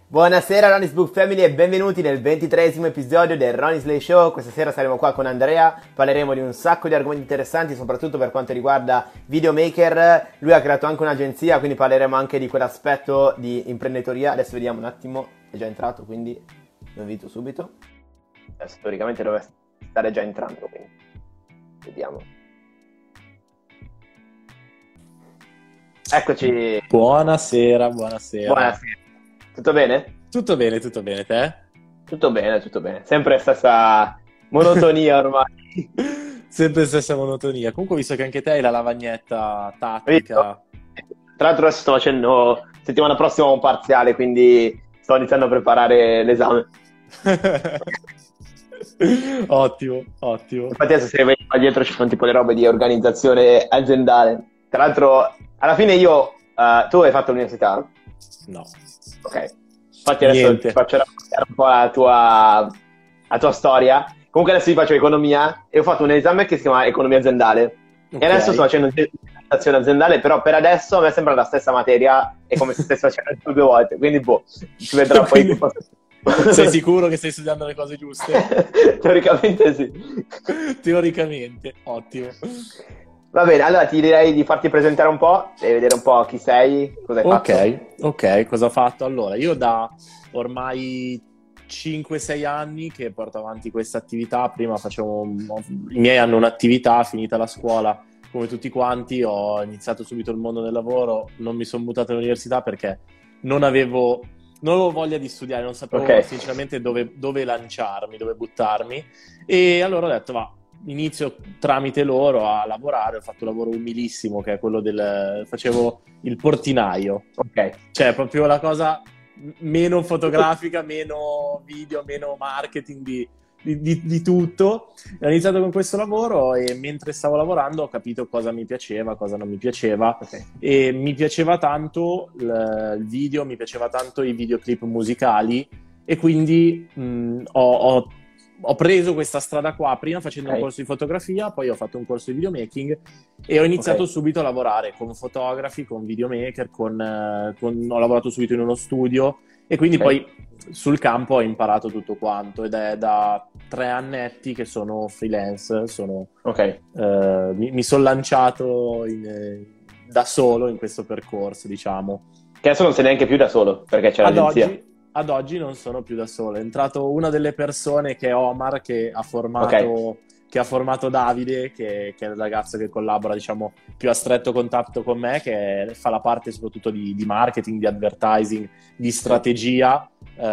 Buonasera Ronnie's Book Family e benvenuti nel 23esimo episodio del Ronnie's Lay Show. Questa sera saremo qua con Andrea, parleremo di un sacco di argomenti interessanti, soprattutto per quanto riguarda videomaker. Lui ha creato anche un'agenzia, quindi parleremo anche di quell'aspetto di imprenditoria. Adesso vediamo un attimo, è già entrato, quindi lo invito subito. Storicamente dovrebbe stare già entrando, quindi vediamo. Eccoci. Buonasera. Buonasera. Tutto bene? Tutto bene, te? Tutto bene. Sempre stessa monotonia ormai. Sempre stessa monotonia. Comunque, visto che anche te hai la lavagnetta tattica. Tra l'altro adesso sto facendo, settimana prossima un parziale, quindi sto iniziando a preparare l'esame. Ottimo. Infatti adesso se vedi qua dietro ci sono tipo le robe di organizzazione aziendale. Tra l'altro, alla fine tu hai fatto l'università? No. Ok, infatti adesso ti faccio raccontare un po' la tua storia. Comunque adesso ti faccio economia e ho fatto un esame che si chiama economia aziendale. Okay. E adesso sto facendo organizzazione aziendale, però per adesso a me sembra la stessa materia, è come se stessi facendo 2 volte, quindi ci vedrà poi. Sei sicuro che stai studiando le cose giuste? Teoricamente sì. Teoricamente, ottimo. Va bene, allora ti direi di farti presentare un po' e vedere un po' chi sei, cosa hai fatto. Ok, cosa ho fatto? Allora, io da ormai 5-6 anni che porto avanti questa attività. Prima i miei hanno un'attività, finita la scuola, come tutti quanti, ho iniziato subito il mondo del lavoro, non mi sono buttato all'università perché non avevo voglia di studiare, non sapevo sinceramente dove lanciarmi, dove buttarmi, e allora ho detto inizio tramite loro a lavorare. Ho fatto un lavoro umilissimo che è quello facevo il portinaio, cioè proprio la cosa meno fotografica, meno video, meno marketing di tutto. Ho iniziato con questo lavoro e mentre stavo lavorando ho capito cosa mi piaceva, cosa non mi piaceva, e mi piaceva tanto il video, mi piaceva tanto i videoclip musicali, e quindi ho preso questa strada qua, prima facendo un corso di fotografia, poi ho fatto un corso di videomaking e ho iniziato subito a lavorare con fotografi, con videomaker, ho lavorato subito in uno studio, e quindi poi sul campo ho imparato tutto quanto, ed è da 3 annetti che sono freelance, mi sono lanciato da solo in questo percorso, diciamo. Che adesso non sei neanche più da solo, perché c'è l'agenzia. Ad oggi non sono più da solo, è entrato una delle persone che è Omar, che ha formato Davide, che è il ragazzo che collabora, diciamo, più a stretto contatto con me, che fa la parte soprattutto di marketing, di advertising, di strategia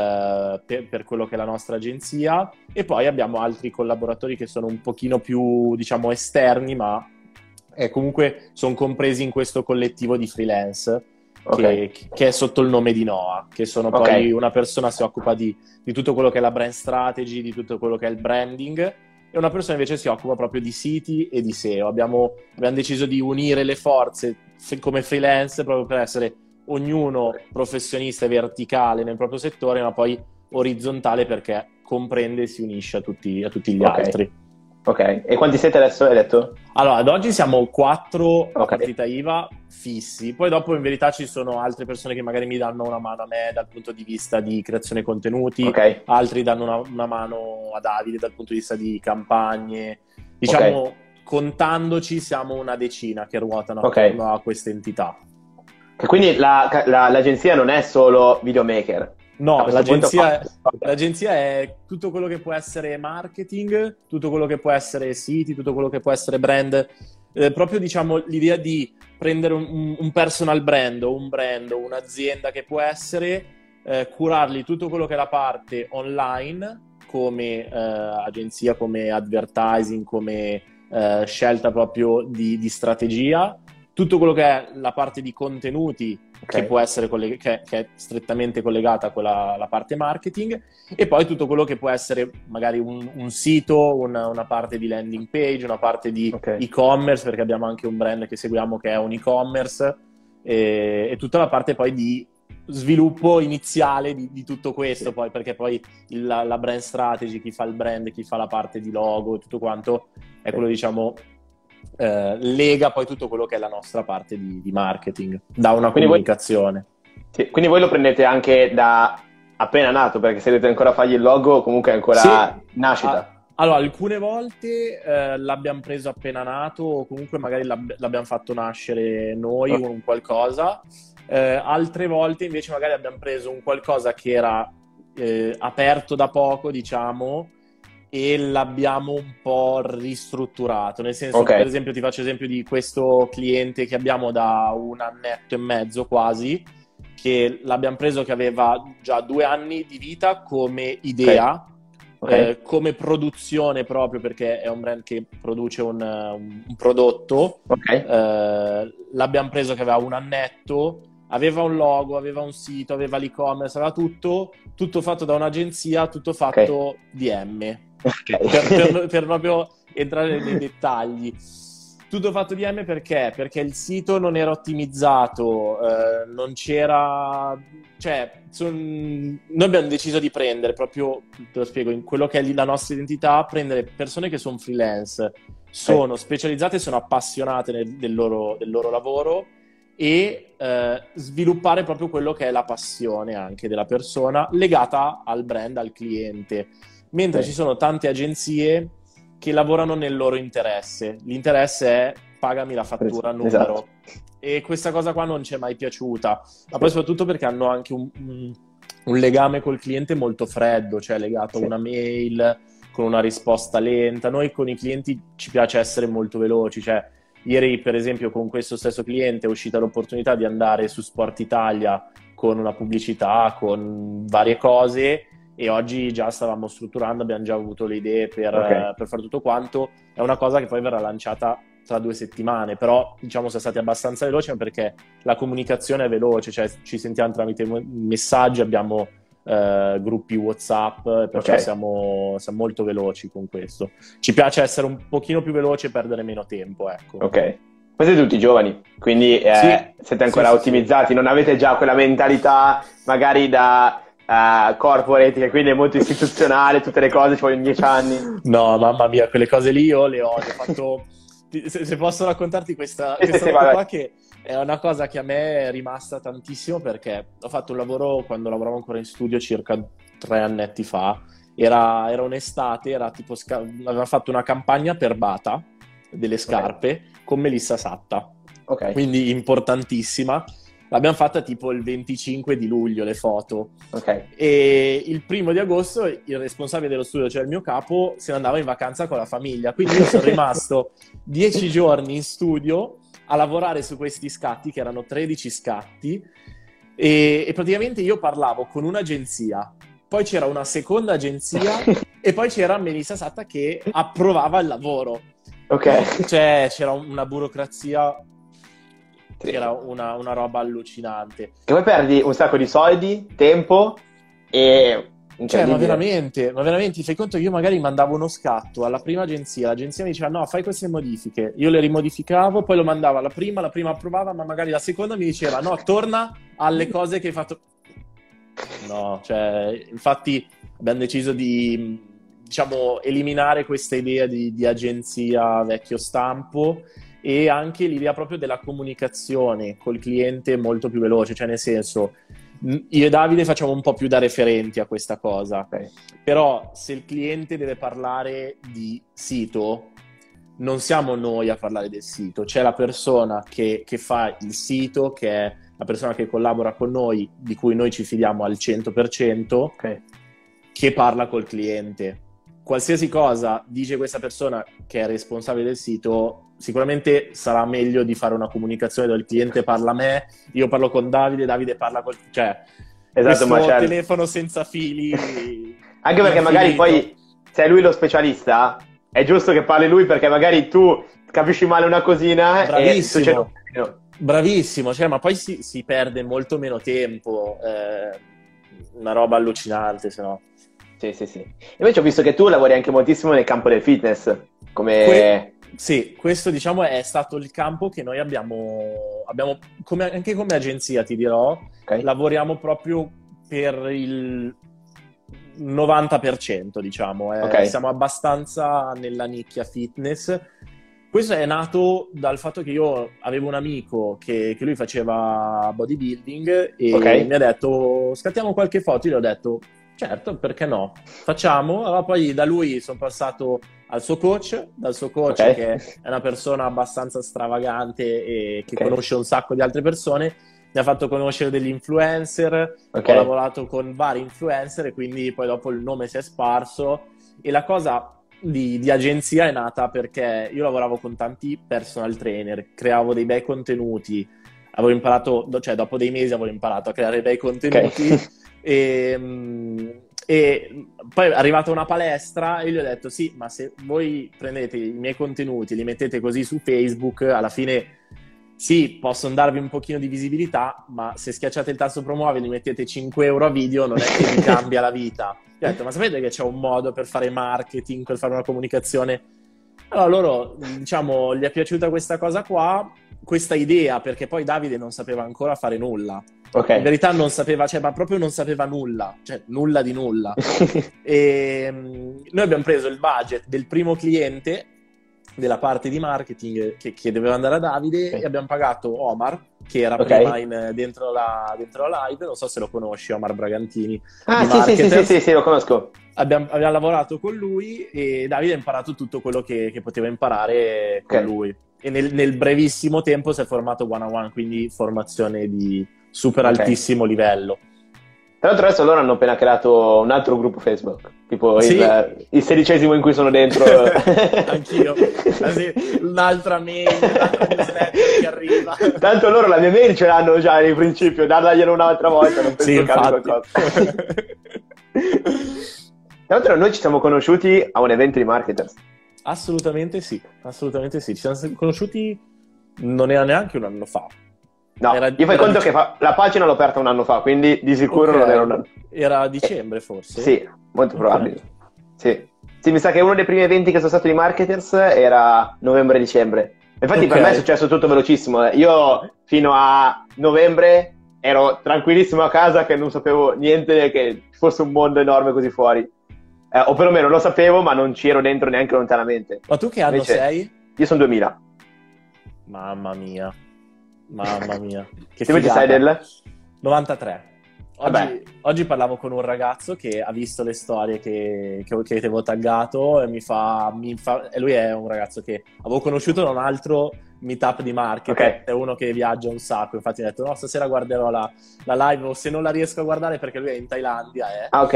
per quello che è la nostra agenzia. E poi abbiamo altri collaboratori che sono un pochino più, diciamo, esterni, ma comunque sono compresi in questo collettivo di freelance. Che è sotto il nome di Noah, che sono poi una persona si occupa di tutto quello che è la brand strategy, di tutto quello che è il branding, e una persona invece si occupa proprio di siti e di SEO. Abbiamo deciso di unire le forze come freelance proprio per essere ognuno professionista e verticale nel proprio settore, ma poi orizzontale perché comprende e si unisce a tutti gli altri. Ok, e quanti siete adesso, hai detto? Allora, ad oggi siamo 4 a partita IVA fissi, poi dopo in verità ci sono altre persone che magari mi danno una mano a me dal punto di vista di creazione contenuti, altri danno una mano a Davide dal punto di vista di campagne, diciamo, contandoci siamo una decina che ruotano attorno a questa entità. Quindi l'agenzia non è solo videomaker? No, l'agenzia è tutto quello che può essere marketing, tutto quello che può essere siti, tutto quello che può essere brand, proprio, diciamo, l'idea di prendere un personal brand o un'azienda che può essere, curarli tutto quello che è la parte online come agenzia, come advertising, come scelta proprio di strategia, tutto quello che è la parte di contenuti che può essere che è strettamente collegata con la parte marketing, e poi tutto quello che può essere magari un sito, una parte di landing page, una parte di e-commerce, perché abbiamo anche un brand che seguiamo che è un e-commerce, e tutta la parte poi di sviluppo iniziale di tutto questo, poi perché poi la brand strategy, chi fa il brand, chi fa la parte di logo e tutto quanto è quello, diciamo, lega poi tutto quello che è la nostra parte di marketing, da una comunicazione. Quindi voi lo prendete anche da appena nato, perché se dovete ancora fargli il logo, comunque è ancora nascita. Allora, alcune volte l'abbiamo preso appena nato, o comunque magari l'abbiamo fatto nascere noi con un qualcosa. Altre volte invece magari abbiamo preso un qualcosa che era aperto da poco, diciamo, e l'abbiamo un po' ristrutturato. Nel senso, per esempio, ti faccio esempio di questo cliente che abbiamo da 1 annetto e mezzo quasi, che l'abbiamo preso che aveva già 2 anni di vita come idea. Come produzione proprio, perché è un brand che produce un prodotto. L'abbiamo preso che aveva 1 annetto, aveva un logo, aveva un sito, aveva l'e-commerce, aveva tutto fatto da un'agenzia, tutto fatto DM. Per proprio entrare nei dettagli. Tutto fatto DM perché il sito non era ottimizzato, non c'era... Cioè, noi abbiamo deciso di prendere proprio, te lo spiego, in quello che è la nostra identità, prendere persone che sono freelance, sono specializzate, sono appassionate del loro lavoro e sviluppare proprio quello che è la passione anche della persona legata al brand, al cliente. Mentre ci sono tante agenzie che lavorano nel loro interesse. L'interesse è pagami la fattura, numero. Esatto. E questa cosa qua non ci è mai piaciuta. Ma poi soprattutto perché hanno anche un legame col cliente molto freddo, cioè legato a una mail, con una risposta lenta. Noi con i clienti ci piace essere molto veloci. Cioè, ieri, per esempio, con questo stesso cliente è uscita l'opportunità di andare su Sport Italia con una pubblicità, con varie cose, e oggi già stavamo strutturando, abbiamo già avuto le idee per fare tutto quanto. È una cosa che poi verrà lanciata tra 2 settimane, però diciamo siamo stati abbastanza veloci perché la comunicazione è veloce, cioè ci sentiamo tramite messaggi, abbiamo gruppi WhatsApp, perciò siamo molto veloci con questo. Ci piace essere un pochino più veloci e perdere meno tempo, ecco. Poi siete tutti giovani, quindi siete ancora ottimizzati, non avete già quella mentalità magari da corporate, che quindi è molto istituzionale, tutte le cose ci vogliono 10 anni. No, mamma mia, quelle cose lì io le ho fatto. Se posso raccontarti questa cosa qua, che è una cosa che a me è rimasta tantissimo, perché ho fatto un lavoro quando lavoravo ancora in studio circa 3 annetti fa. Era un'estate, aveva fatto una campagna per Bata delle scarpe con Melissa Satta, quindi importantissima. L'abbiamo fatta tipo il 25 di luglio le foto. E il 1° di agosto il responsabile dello studio, cioè il mio capo, se ne andava in vacanza con la famiglia. Quindi io sono rimasto 10 giorni in studio a lavorare su questi scatti, che erano 13 scatti, e praticamente io parlavo con un'agenzia, poi c'era una seconda agenzia e poi c'era Melissa Satta che approvava il lavoro. Cioè c'era una burocrazia... Era una roba allucinante. Che poi perdi un sacco di soldi, tempo e... Cioè, ma veramente, fai conto che io magari mandavo uno scatto alla prima agenzia, l'agenzia mi diceva no, fai queste modifiche, io le rimodificavo, poi lo mandavo alla prima, la prima approvava, ma magari la seconda mi diceva no, torna alle cose che hai fatto. No, cioè, infatti abbiamo deciso di, diciamo, eliminare questa idea di agenzia vecchio stampo, e anche l'idea proprio della comunicazione col cliente molto più veloce, cioè nel senso, io e Davide facciamo un po' più da referenti a questa cosa, però se il cliente deve parlare di sito, non siamo noi a parlare del sito, c'è la persona che fa il sito, che è la persona che collabora con noi, di cui noi ci fidiamo al 100%, che parla col cliente. Qualsiasi cosa dice questa persona che è responsabile del sito, sicuramente sarà meglio di fare una comunicazione dove il cliente parla a me, io parlo con Davide parla col... Cioè, questo telefono senza fili... Anche perché magari poi, se è lui lo specialista, è giusto che parli lui, perché magari tu capisci male una cosina. Bravissimo, bravissimo, cioè, ma poi si perde molto meno tempo, una roba allucinante, se no. Sì. Invece ho visto che tu lavori anche moltissimo nel campo del fitness, Sì, questo diciamo è stato il campo che noi abbiamo anche come agenzia, ti dirò, lavoriamo proprio per il 90%, diciamo. Siamo abbastanza nella nicchia fitness. Questo è nato dal fatto che io avevo un amico che lui faceva bodybuilding e mi ha detto scattiamo qualche foto, io gli ho detto certo, perché no, facciamo. Allora poi da lui sono passato al suo coach, dal suo coach che è una persona abbastanza stravagante e che conosce un sacco di altre persone, mi ha fatto conoscere degli influencer, ho lavorato con vari influencer e quindi poi dopo il nome si è sparso e la cosa di agenzia è nata perché io lavoravo con tanti personal trainer, creavo dei bei contenuti, avevo imparato, cioè dopo dei mesi avevo imparato a creare bei contenuti e poi è arrivata una palestra e gli ho detto sì, ma se voi prendete i miei contenuti e li mettete così su Facebook, alla fine sì, possono darvi un pochino di visibilità, ma se schiacciate il tasto promuovi e li mettete 5 euro a video non è che vi cambia la vita. Io ho detto, ma sapete che c'è un modo per fare marketing, per fare una comunicazione? Allora loro, diciamo, gli è piaciuta questa cosa qua, questa idea, perché poi Davide non sapeva ancora fare nulla. In verità non sapeva, cioè, ma proprio non sapeva nulla, cioè nulla di nulla. E noi abbiamo preso il budget del primo cliente della parte di marketing che doveva andare a Davide e abbiamo pagato Omar, che era prima dentro la live, non so se lo conosci, Omar Bragantini. Sì, lo conosco. Abbiamo lavorato con lui e Davide ha imparato tutto quello che poteva imparare con lui. E nel brevissimo tempo si è formato one-on-one, quindi formazione di super altissimo livello. Tra l'altro adesso loro hanno appena creato un altro gruppo Facebook, tipo il 16° in cui sono dentro. Anch'io. Un'altra mail, un'altra newsletter che arriva. Tanto loro la mia mail ce l'hanno già in principio, darglielo un'altra volta, non penso che cambi qualcosa. Tra l'altro noi ci siamo conosciuti a un evento di Marketers. Assolutamente sì. Ci siamo conosciuti non era neanche un anno fa. No, io fai conto che la pagina l'ho aperta un anno fa, quindi di sicuro non era un anno. Era a dicembre forse? Sì, molto probabile. Sì, mi sa che uno dei primi eventi che sono stato di Marketers era novembre-dicembre. Infatti per me è successo tutto velocissimo. Io fino a novembre ero tranquillissimo a casa che non sapevo niente che ci fosse un mondo enorme così fuori. O perlomeno lo sapevo, ma non ci ero dentro neanche lontanamente. Ma tu che anno sei? Io sono 2000. Mamma mia. Che invece sei del? 93. Oggi parlavo con un ragazzo che ha visto le storie che ti avevo taggato e e lui è un ragazzo che avevo conosciuto in un altro meetup di marketing, è uno che viaggia un sacco, infatti mi ha detto no, stasera guarderò la live, o se non la riesco a guardare perché lui è in Thailandia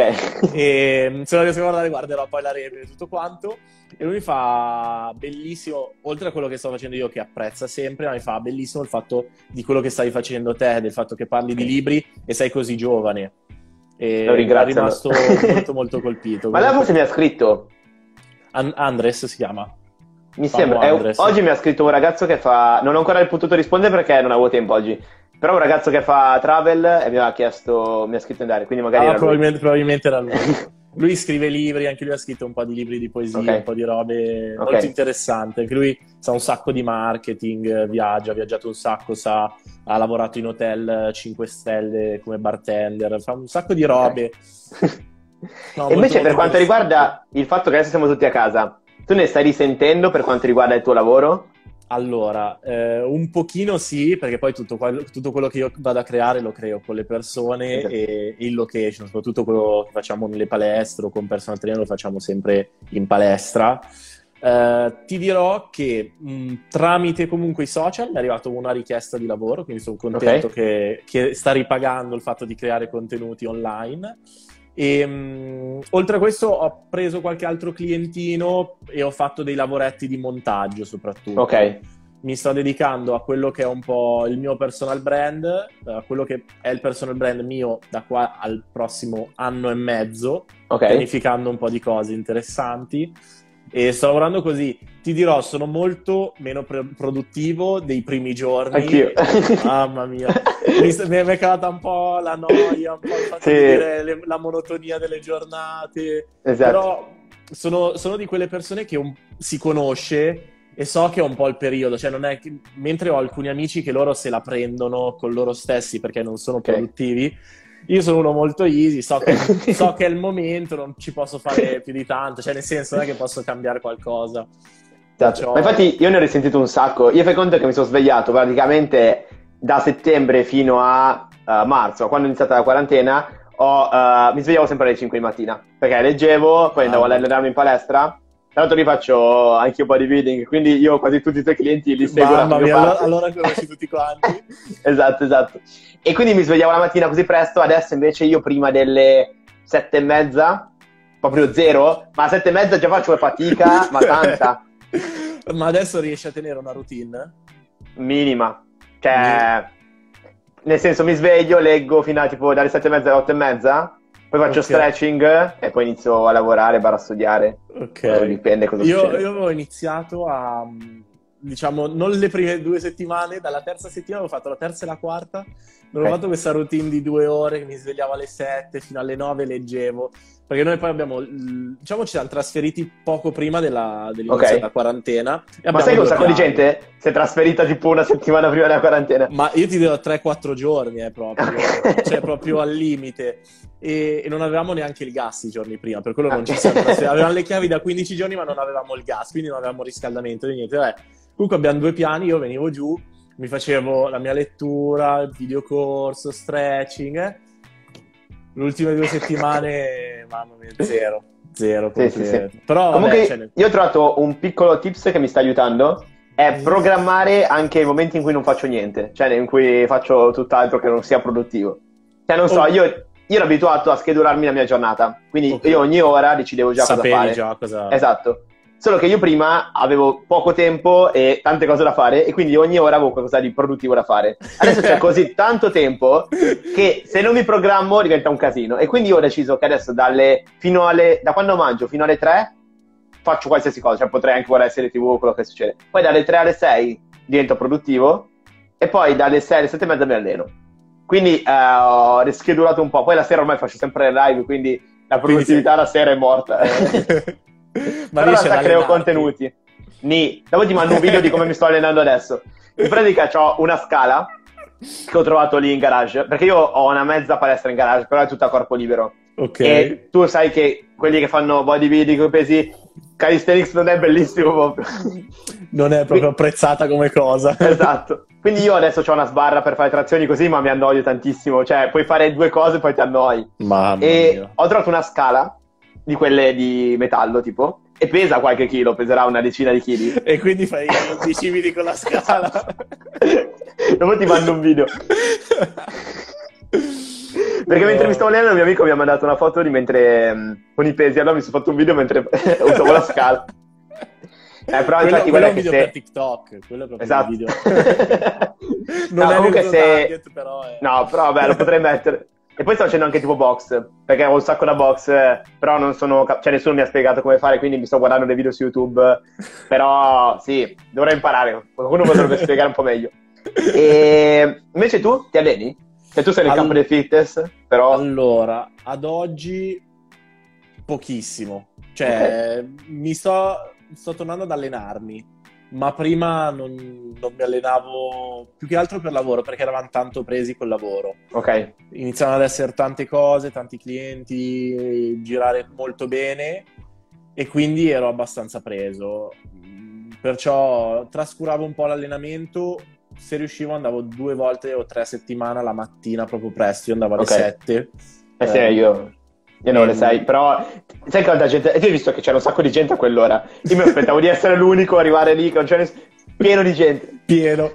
e se non la riesco a guardare guarderò poi la review e tutto quanto, e lui mi fa bellissimo, oltre a quello che sto facendo io che apprezza sempre, ma mi fa bellissimo il fatto di quello che stai facendo te, del fatto che parli di libri e sei così giovane, e lo ringrazio, è rimasto molto molto colpito. Ma lei forse mi ha scritto Andres si chiama. Mi sembra, oggi mi ha scritto un ragazzo che non ho ancora potuto rispondere perché non avevo tempo oggi, però un ragazzo che fa travel e mi ha scritto di andare, quindi magari era probabilmente era lui. Lui scrive libri, anche lui ha scritto un po' di libri di poesia, un po' di robe molto interessante, anche lui sa un sacco di marketing, ha viaggiato un sacco, ha lavorato in hotel 5 stelle come bartender, fa un sacco di robe. E invece per quanto riguarda il fatto che adesso siamo tutti a casa, tu ne stai risentendo per quanto riguarda il tuo lavoro? Allora, un pochino sì, perché poi tutto quello che io vado a creare lo creo con le persone e in location, soprattutto quello che facciamo nelle palestre o con personal trainer lo facciamo sempre in palestra. Ti dirò che tramite comunque i social mi è arrivata una richiesta di lavoro, quindi sono contento che sta ripagando il fatto di creare contenuti online. E oltre a questo ho preso qualche altro clientino e ho fatto dei lavoretti di montaggio soprattutto. Mi sto dedicando a quello che è un po' il mio personal brand, a quello che è il personal brand mio da qua al prossimo anno e mezzo, pianificando un po' di cose interessanti. E sto lavorando così, ti dirò, sono molto meno produttivo dei primi giorni. Anch'io. Mamma mia, mi è calata un po' la noia, un po' il fatto di dire la monotonia delle giornate. Però sono di quelle persone che si conosce e so che è un po' il periodo, cioè non è che, mentre ho alcuni amici che loro se la prendono con loro stessi perché non sono produttivi, io sono uno molto easy, so che è il momento, non ci posso fare più di tanto, cioè nel senso non è che posso cambiare qualcosa. Perciò... Ma infatti io ne ho risentito un sacco. Io fai conto che mi sono svegliato praticamente da settembre fino a marzo, quando è iniziata la quarantena, mi svegliavo sempre alle 5 di mattina, perché leggevo, poi andavo ad allenarmi in palestra. Tra l'altro lì faccio anche io bodybuilding, quindi io quasi tutti i tuoi clienti li seguo. Mamma mia, allora conosci tutti quanti. Esatto. E quindi mi svegliavo la mattina così presto, adesso invece io prima delle 7:30, proprio zero, ma a 7:30 già faccio fatica, ma tanta. Ma adesso riesci a tenere una routine? Minima. Cioè, nel senso mi sveglio, leggo fino a tipo dalle 7:30 alle 8:30, poi faccio stretching e poi inizio a lavorare, a studiare. Ok. Dipende cosa succede. Io avevo iniziato a, diciamo, non le prime 2 settimane, dalla terza settimana avevo fatto la terza e la quarta, avevo fatto questa routine di 2 ore, che mi svegliavo alle 7, fino alle 9 leggevo, perché noi poi abbiamo, diciamo, ci siamo trasferiti poco prima dell'inizio della quarantena. Ma sai che un sacco di gente si è trasferita tipo una settimana prima della quarantena? Ma io ti dirò 3-4 giorni, proprio, cioè proprio al limite. E non avevamo neanche il gas i giorni prima, per quello non ci siamo trasferiti. Avevamo le chiavi da 15 giorni, ma non avevamo il gas, quindi non avevamo riscaldamento né niente. Vabbè. Comunque abbiamo 2 piani, io venivo giù, mi facevo la mia lettura, il videocorso, stretching. Le ultime 2 settimane, mamma mia, zero. Sì. Però comunque io ho trovato un piccolo tips che mi sta aiutando, è programmare anche i momenti in cui non faccio niente, cioè in cui faccio tutt'altro che non sia produttivo. Cioè non so, io ero abituato a schedularmi la mia giornata, quindi io ogni ora decidevo già cosa fare. Già cosa... Esatto. Solo che io prima avevo poco tempo e tante cose da fare e quindi ogni ora avevo qualcosa di produttivo da fare. Adesso c'è così tanto tempo che se non mi programmo diventa un casino. E quindi io ho deciso che adesso da quando mangio fino alle 3 faccio qualsiasi cosa, cioè potrei anche guardare serie TV o quello che succede. Poi dalle 3 alle 6 divento produttivo e poi dalle 6 alle 7:30 mi alleno. Quindi ho rischedulato un po'. Poi la sera ormai faccio sempre live, quindi la produttività la sera è morta. Ma in realtà creo contenuti. Dopo ti mando un video di come mi sto allenando adesso. In pratica ho una scala che ho trovato lì in garage, perché io ho una mezza palestra in garage, però è tutta a corpo libero. Ok. E tu sai che quelli che fanno bodybuilding con i pesi, calisthenics non è bellissimo proprio. Non è proprio apprezzata come cosa. Esatto. Quindi io adesso ho una sbarra per fare trazioni così, ma mi annoio tantissimo. Cioè, puoi fare 2 cose e poi ti annoi. Mamma mia. Ho trovato una scala di quelle di metallo, tipo, e pesa qualche chilo, peserà una decina di chili. E quindi fai i 10 metri con la scala. Dopo ti mando un video. Perché mentre mi stavo allenando, mio amico mi ha mandato una foto di mentre con i pesi, allora mi sono fatto un video mentre usavo la scala. Però infatti quello è un video per TikTok, quello è proprio esatto. un video. Non è comunque il target, però è... No, però vabbè, lo potrei mettere. E poi sto facendo anche tipo box, perché ho un sacco da box, però non sono... Cioè nessuno mi ha spiegato come fare, quindi mi sto guardando dei video su YouTube. Però sì, dovrei imparare, qualcuno potrebbe spiegare un po' meglio. E invece tu ti alleni? Cioè tu sei nel campo del fitness, però... Allora, ad oggi pochissimo. Cioè, sto tornando ad allenarmi, ma prima non mi allenavo più che altro per lavoro, perché eravamo tanto presi col lavoro. Ok. Iniziavano ad essere tante cose, tanti clienti, girare molto bene e quindi ero abbastanza preso. Perciò trascuravo un po' l'allenamento. Se riuscivo andavo 2 volte o 3 a settimana la mattina proprio presto, io andavo alle 7. Sì, io non le 6, però sai quanta gente, e tu hai visto che c'era un sacco di gente a quell'ora, io mi aspettavo di essere l'unico a arrivare lì, che non c'era pieno di gente. Pieno.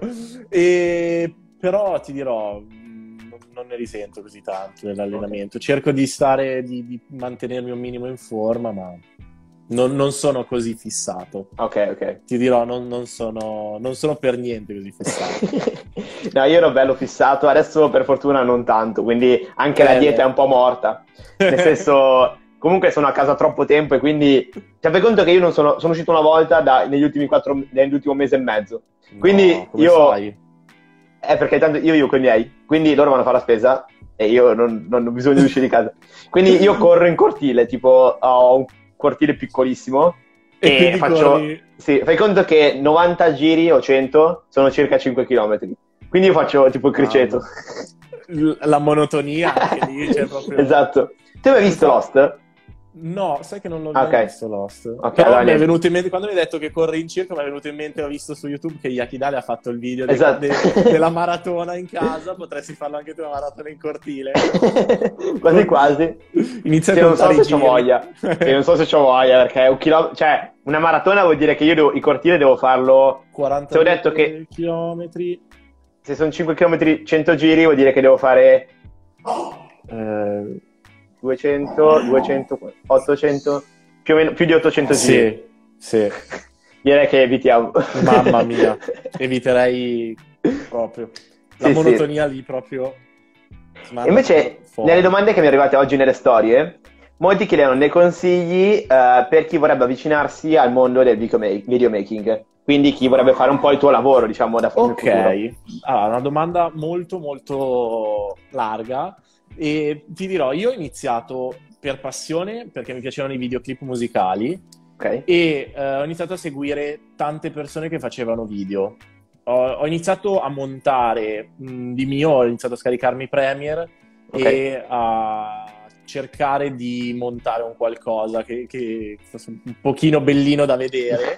Però ti dirò, non ne risento così tanto nell'allenamento, cerco di di mantenermi un minimo in forma, ma non sono così fissato. Ok. Ti dirò, non sono per niente così fissato. No, io ero bello fissato, adesso per fortuna non tanto, quindi anche la dieta è un po' morta. Nel senso, comunque sono a casa troppo tempo e quindi cioè, fai conto che io non sono uscito una volta nell'ultimo mese e mezzo. Quindi come io fai? Perché tanto io con i miei, quindi loro vanno a fare la spesa e io non ho bisogno di uscire di casa. Quindi io corro in cortile, tipo ho un cortile piccolissimo e faccio sì, fai conto che 90 giri o 100 sono circa 5 km. Quindi io faccio tipo il criceto. La monotonia anche lì, cioè proprio... Esatto. Tu hai mai visto Lost? No, sai che non l'ho Ah, mai ok. visto Lost. Ok, Però allora mi è niente. venuto in mente, quando mi hai detto che corri in circo, mi è venuto in mente, ho visto su YouTube che Yakidale ha fatto il video Esatto. della maratona in casa, potresti farlo anche tu, una maratona in cortile. Quasi quasi. Inizia a Sì, non so contare i se c'ho giri. voglia. Sì, non so se c'ho voglia, perché cioè, una maratona vuol dire che io il cortile devo farlo. Se ho detto che 42 chilometri. se sono 5 km 100 giri, vuol dire che devo fare Eh, 200, 200, 800, più o meno, più di 800 giri. sì, sì. Direi che evitiamo. Mamma mia, eviterei proprio. La Sì, sì. monotonia lì proprio ti E manda invece, nelle fuori. domande che mi sono arrivate oggi nelle storie, molti chiedevano dei consigli per chi vorrebbe avvicinarsi al mondo del videomaking. Quindi chi vorrebbe fare un po' il tuo lavoro, diciamo, nel Ok, futuro. allora, una domanda molto molto larga e ti dirò, io ho iniziato per passione perché mi piacevano i videoclip musicali Ok? e ho iniziato a seguire tante persone che facevano video. Ho iniziato a montare di mio, ho iniziato a scaricarmi Premiere Ok? e a cercare di montare un qualcosa che fosse un pochino bellino da vedere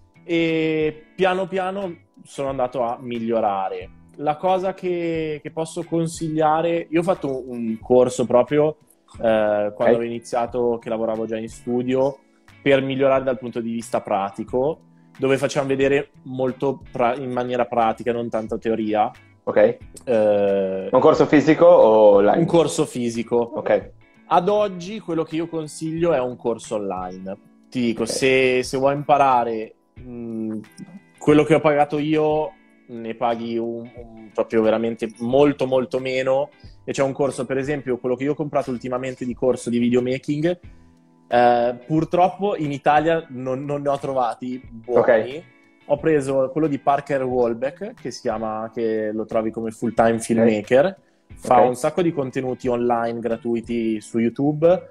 e piano piano sono andato a migliorare. La cosa che posso consigliare, io ho fatto un corso proprio quando Ok? avevo iniziato, che lavoravo già in studio, per migliorare dal punto di vista pratico, dove facciamo vedere molto in maniera pratica, non tanto teoria, Ok? eh, Un corso fisico o un online? corso fisico. Ok? Ad oggi quello che io consiglio è un corso online. Ti dico, Ok? se vuoi imparare quello che ho pagato io, ne paghi proprio veramente molto molto meno. E c'è un corso, per esempio, quello che io ho comprato ultimamente di corso di videomaking. Purtroppo in Italia non ne ho trovati Ok? buoni. Ho preso quello di Parker Walbeck, che si chiama, che lo trovi come full-time Ok? filmmaker. Fa un Ok? sacco di contenuti online gratuiti su YouTube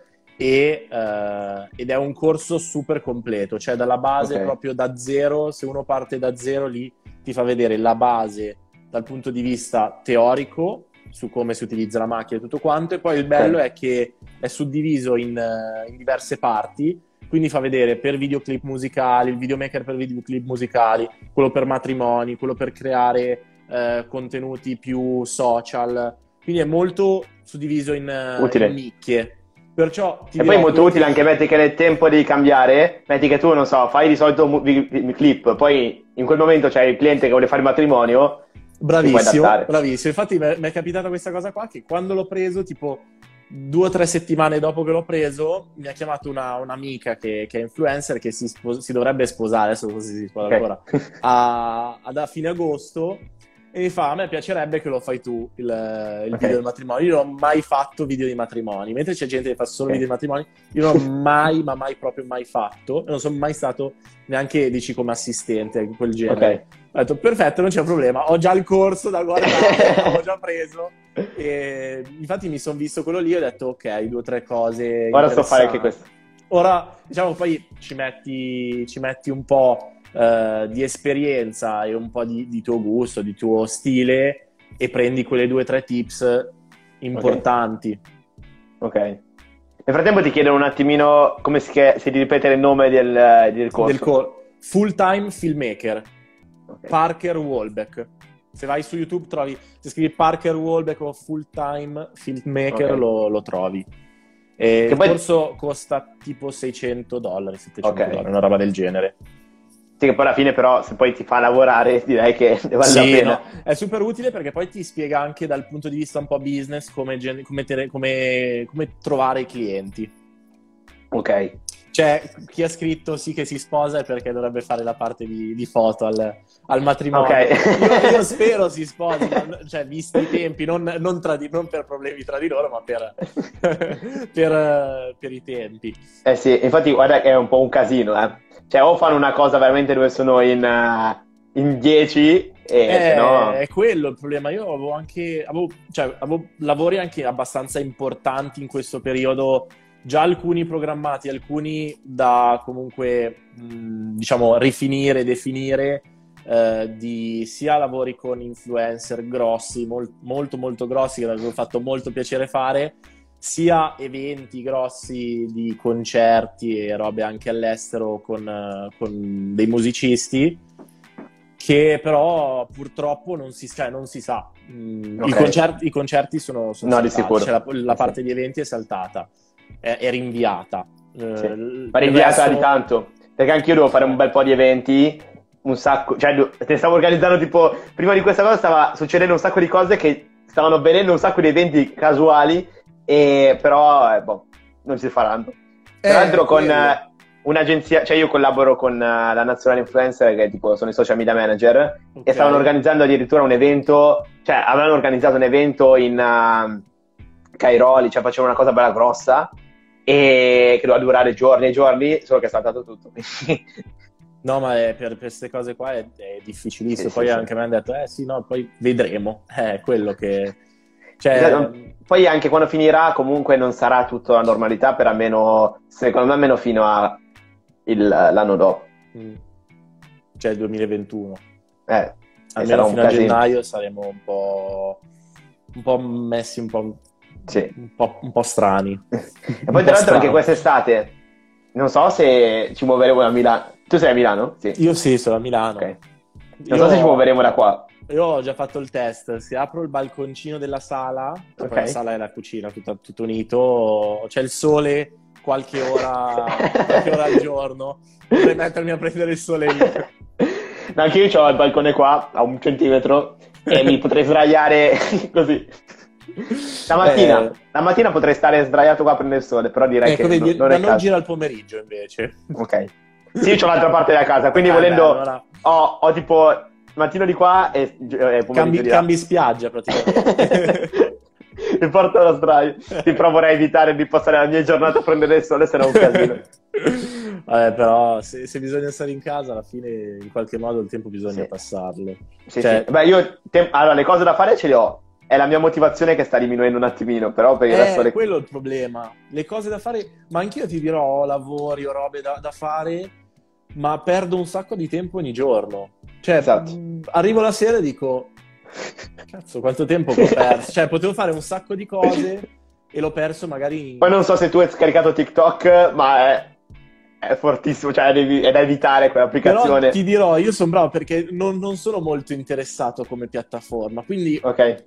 ed è un corso super completo, cioè dalla base Ok? proprio da zero, se uno parte da zero lì ti fa vedere la base dal punto di vista teorico su come si utilizza la macchina e tutto quanto, e poi il bello Ok? è che è suddiviso in diverse parti, quindi fa vedere per videoclip musicali, il videomaker per videoclip musicali, quello per matrimoni, quello per creare contenuti più social, quindi è molto suddiviso in Utile. nicchie. Perciò ti E poi è dirò molto quello utile che... anche metti che nel tempo di cambiare, metti che tu, non so, fai di solito clip, poi in quel momento c'è il cliente che vuole fare il matrimonio, ti puoi Bravissimo, adattare. bravissimo. Infatti mi è capitata questa cosa qua che quando l'ho preso, tipo 2 o 3 settimane dopo che l'ho preso, mi ha chiamato un'amica che è influencer che si dovrebbe sposare, adesso non so se si sposa Ok. ancora, a fine agosto e mi fa, a me piacerebbe che lo fai tu il Ok. video del matrimonio. Io non ho mai fatto video di matrimoni, mentre c'è gente che fa solo video Ok. di matrimoni, io non ho mai, ma mai proprio mai fatto, e non sono mai stato neanche, dici, come assistente in quel genere. Ok. Ho detto, perfetto, non c'è problema, ho già il corso da guardare, l'avevo già preso. E infatti mi sono visto quello lì e ho detto, ok, 2 o 3 cose Ora so fare anche interessanti. questo. Ora, diciamo, poi ci metti un po' di esperienza e un po' di tuo gusto, di tuo stile e prendi quelle 2 o 3 tips Ok. importanti Ok. Nel frattempo ti chiedo un attimino come si ripete il nome del del corso. full-time filmmaker. Ok. Parker Walbeck. Se vai su YouTube trovi, se scrivi Parker Walbeck o Full Time Filmmaker Ok. lo trovi. E Che il poi, corso costa tipo $600, $700, ok. una roba del genere. Sì, che poi alla fine però se poi ti fa lavorare direi che ne vale la Sì, no, pena. è super utile perché poi ti spiega anche dal punto di vista un po' business come trovare i clienti. Ok. Cioè, chi ha scritto sì che si sposa è perché dovrebbe fare la parte di foto al Ok. matrimonio. Io spero si sposi, ma, cioè, visti i tempi, non per problemi tra di loro, ma per i tempi. Eh sì, infatti guarda che è un po' un casino, eh. Cioè o fanno una cosa veramente dove sono in 10 e se no... È quello il problema. Io avevo lavori anche abbastanza importanti in questo periodo, già alcuni programmati, alcuni da comunque, diciamo, rifinire, definire, di sia lavori con influencer grossi, molto molto grossi, che mi avevo fatto molto piacere fare, sia eventi grossi di concerti e robe anche all'estero con dei musicisti, che però purtroppo non si sa. I concerti sono No, saltati, di sicuro. cioè la parte di eventi è saltata, è rinviata. Ma rinviata di tanto, perché anche io devo fare un bel po' di eventi, un sacco, cioè te stavo organizzando tipo, prima di questa cosa stava succedendo un sacco di cose che stavano avvenendo, un sacco di eventi casuali, e però non si faranno. Tra l'altro con un'agenzia, cioè io collaboro con la Nazionale Influencer, che tipo sono i social media manager, e stavano organizzando addirittura un evento, cioè avevano organizzato un evento in Cairoli, cioè facevano una cosa bella grossa, e che doveva durare giorni e giorni, solo che è saltato tutto. No, ma per queste cose qua è difficilissimo. Sì, poi sì, anche mi hanno detto, sì, no, poi vedremo. È quello che... Esatto. Poi anche quando finirà comunque non sarà tutto la normalità, per almeno, secondo me, almeno fino l'anno dopo. Cioè il 2021. Almeno fino a gennaio saremo un po' messi un po' strani. E poi tra l'altro anche quest'estate, non so se ci muoveremo da Milano. Tu sei a Milano? Sì. Io sì, sono a Milano. Okay. Non so se ci muoveremo da qua. Io ho già fatto il test, se apro il balconcino della sala, poi la sala è la cucina, tutto unito, c'è il sole qualche ora al giorno, potrei mettermi a prendere il sole lì. No, anche io ho il balcone qua, a 1 centimetro, e mi potrei sdraiare così. La mattina potrei stare sdraiato qua a prendere il sole, però direi che non è non gira al pomeriggio invece. Ok. Sì, io ho l'altra parte della casa, quindi volendo allora... ho tipo mattino di qua e pomeriggio di là. Cambi spiaggia praticamente. Mi porto allo sdraio. Sì, però vorrei evitare di passare la mia giornata a prendere il sole, se no è un casino. Vabbè, però se bisogna stare in casa, alla fine in qualche modo il tempo bisogna passarlo. Sì, sì. Beh, allora le cose da fare ce le ho. È la mia motivazione che sta diminuendo un attimino, però per il resto... quello è il problema. Le cose da fare... Ma anch'io ti dirò, ho lavori, ho robe da fare, ma perdo un sacco di tempo ogni giorno. Cioè, arrivo la sera e dico... Cazzo, quanto tempo che ho perso? Cioè, potevo fare un sacco di cose e l'ho perso magari... Poi non so se tu hai scaricato TikTok, ma è fortissimo, cioè è da evitare quell'applicazione. Però ti dirò, io sono bravo perché non sono molto interessato come piattaforma, quindi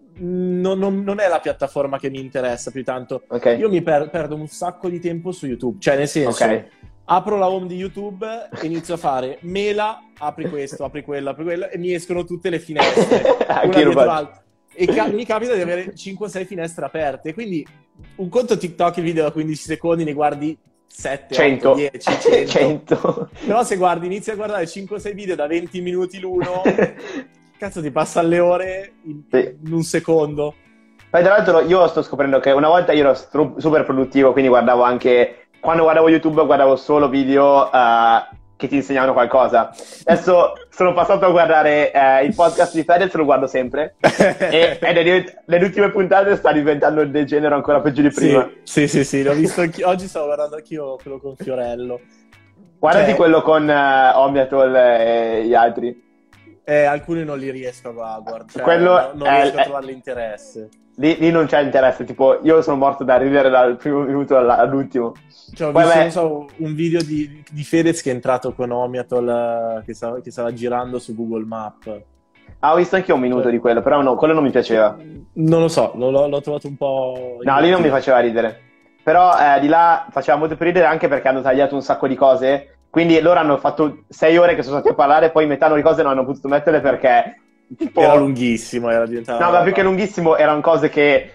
non è la piattaforma che mi interessa più tanto. Io mi perdo un sacco di tempo su YouTube, cioè nel senso, apro la home di YouTube e inizio a fare mela, apri questo, apri quello, e mi escono tutte le finestre, una dietro l'altra. E mi capita di avere 5-6 finestre aperte, quindi un conto TikTok, il video da 15 secondi, ne guardi 7, 100. 8, 10, 100. Però se inizi a guardare 5-6 video da 20 minuti l'uno, cazzo ti passa alle ore in un secondo. Poi tra l'altro io sto scoprendo che una volta io ero super produttivo, quindi guardavo anche, quando guardavo YouTube guardavo solo video che ti insegnavano qualcosa. Adesso sono passato a guardare il podcast di Fedez, lo guardo sempre, e nelle ultime puntate sta diventando il degenero ancora peggio di prima. Sì, l'ho visto anch'io. Oggi stavo guardando anch'io quello con Fiorello. Guardati quello con Omiatol e gli altri. Alcuni non li riesco a guardare, cioè, quello non riesco a trovare l'interesse. Lì non c'è interesse, tipo io sono morto da ridere dal primo minuto all'ultimo. Cioè, ho visto un video di Fedez che è entrato con Omiatol che stava girando su Google Map. Ho visto anche un minuto di quello, però no, quello non mi piaceva. Non lo so, l'ho trovato un po'... No, lì non mi faceva ridere. Però di là faceva molto più ridere anche perché hanno tagliato un sacco di cose. Quindi loro hanno fatto 6 ore che sono stati a parlare, poi metà di cose non hanno potuto metterle perché... Tipo... Era lunghissimo, era diventato... No, ma più che lunghissimo erano cose che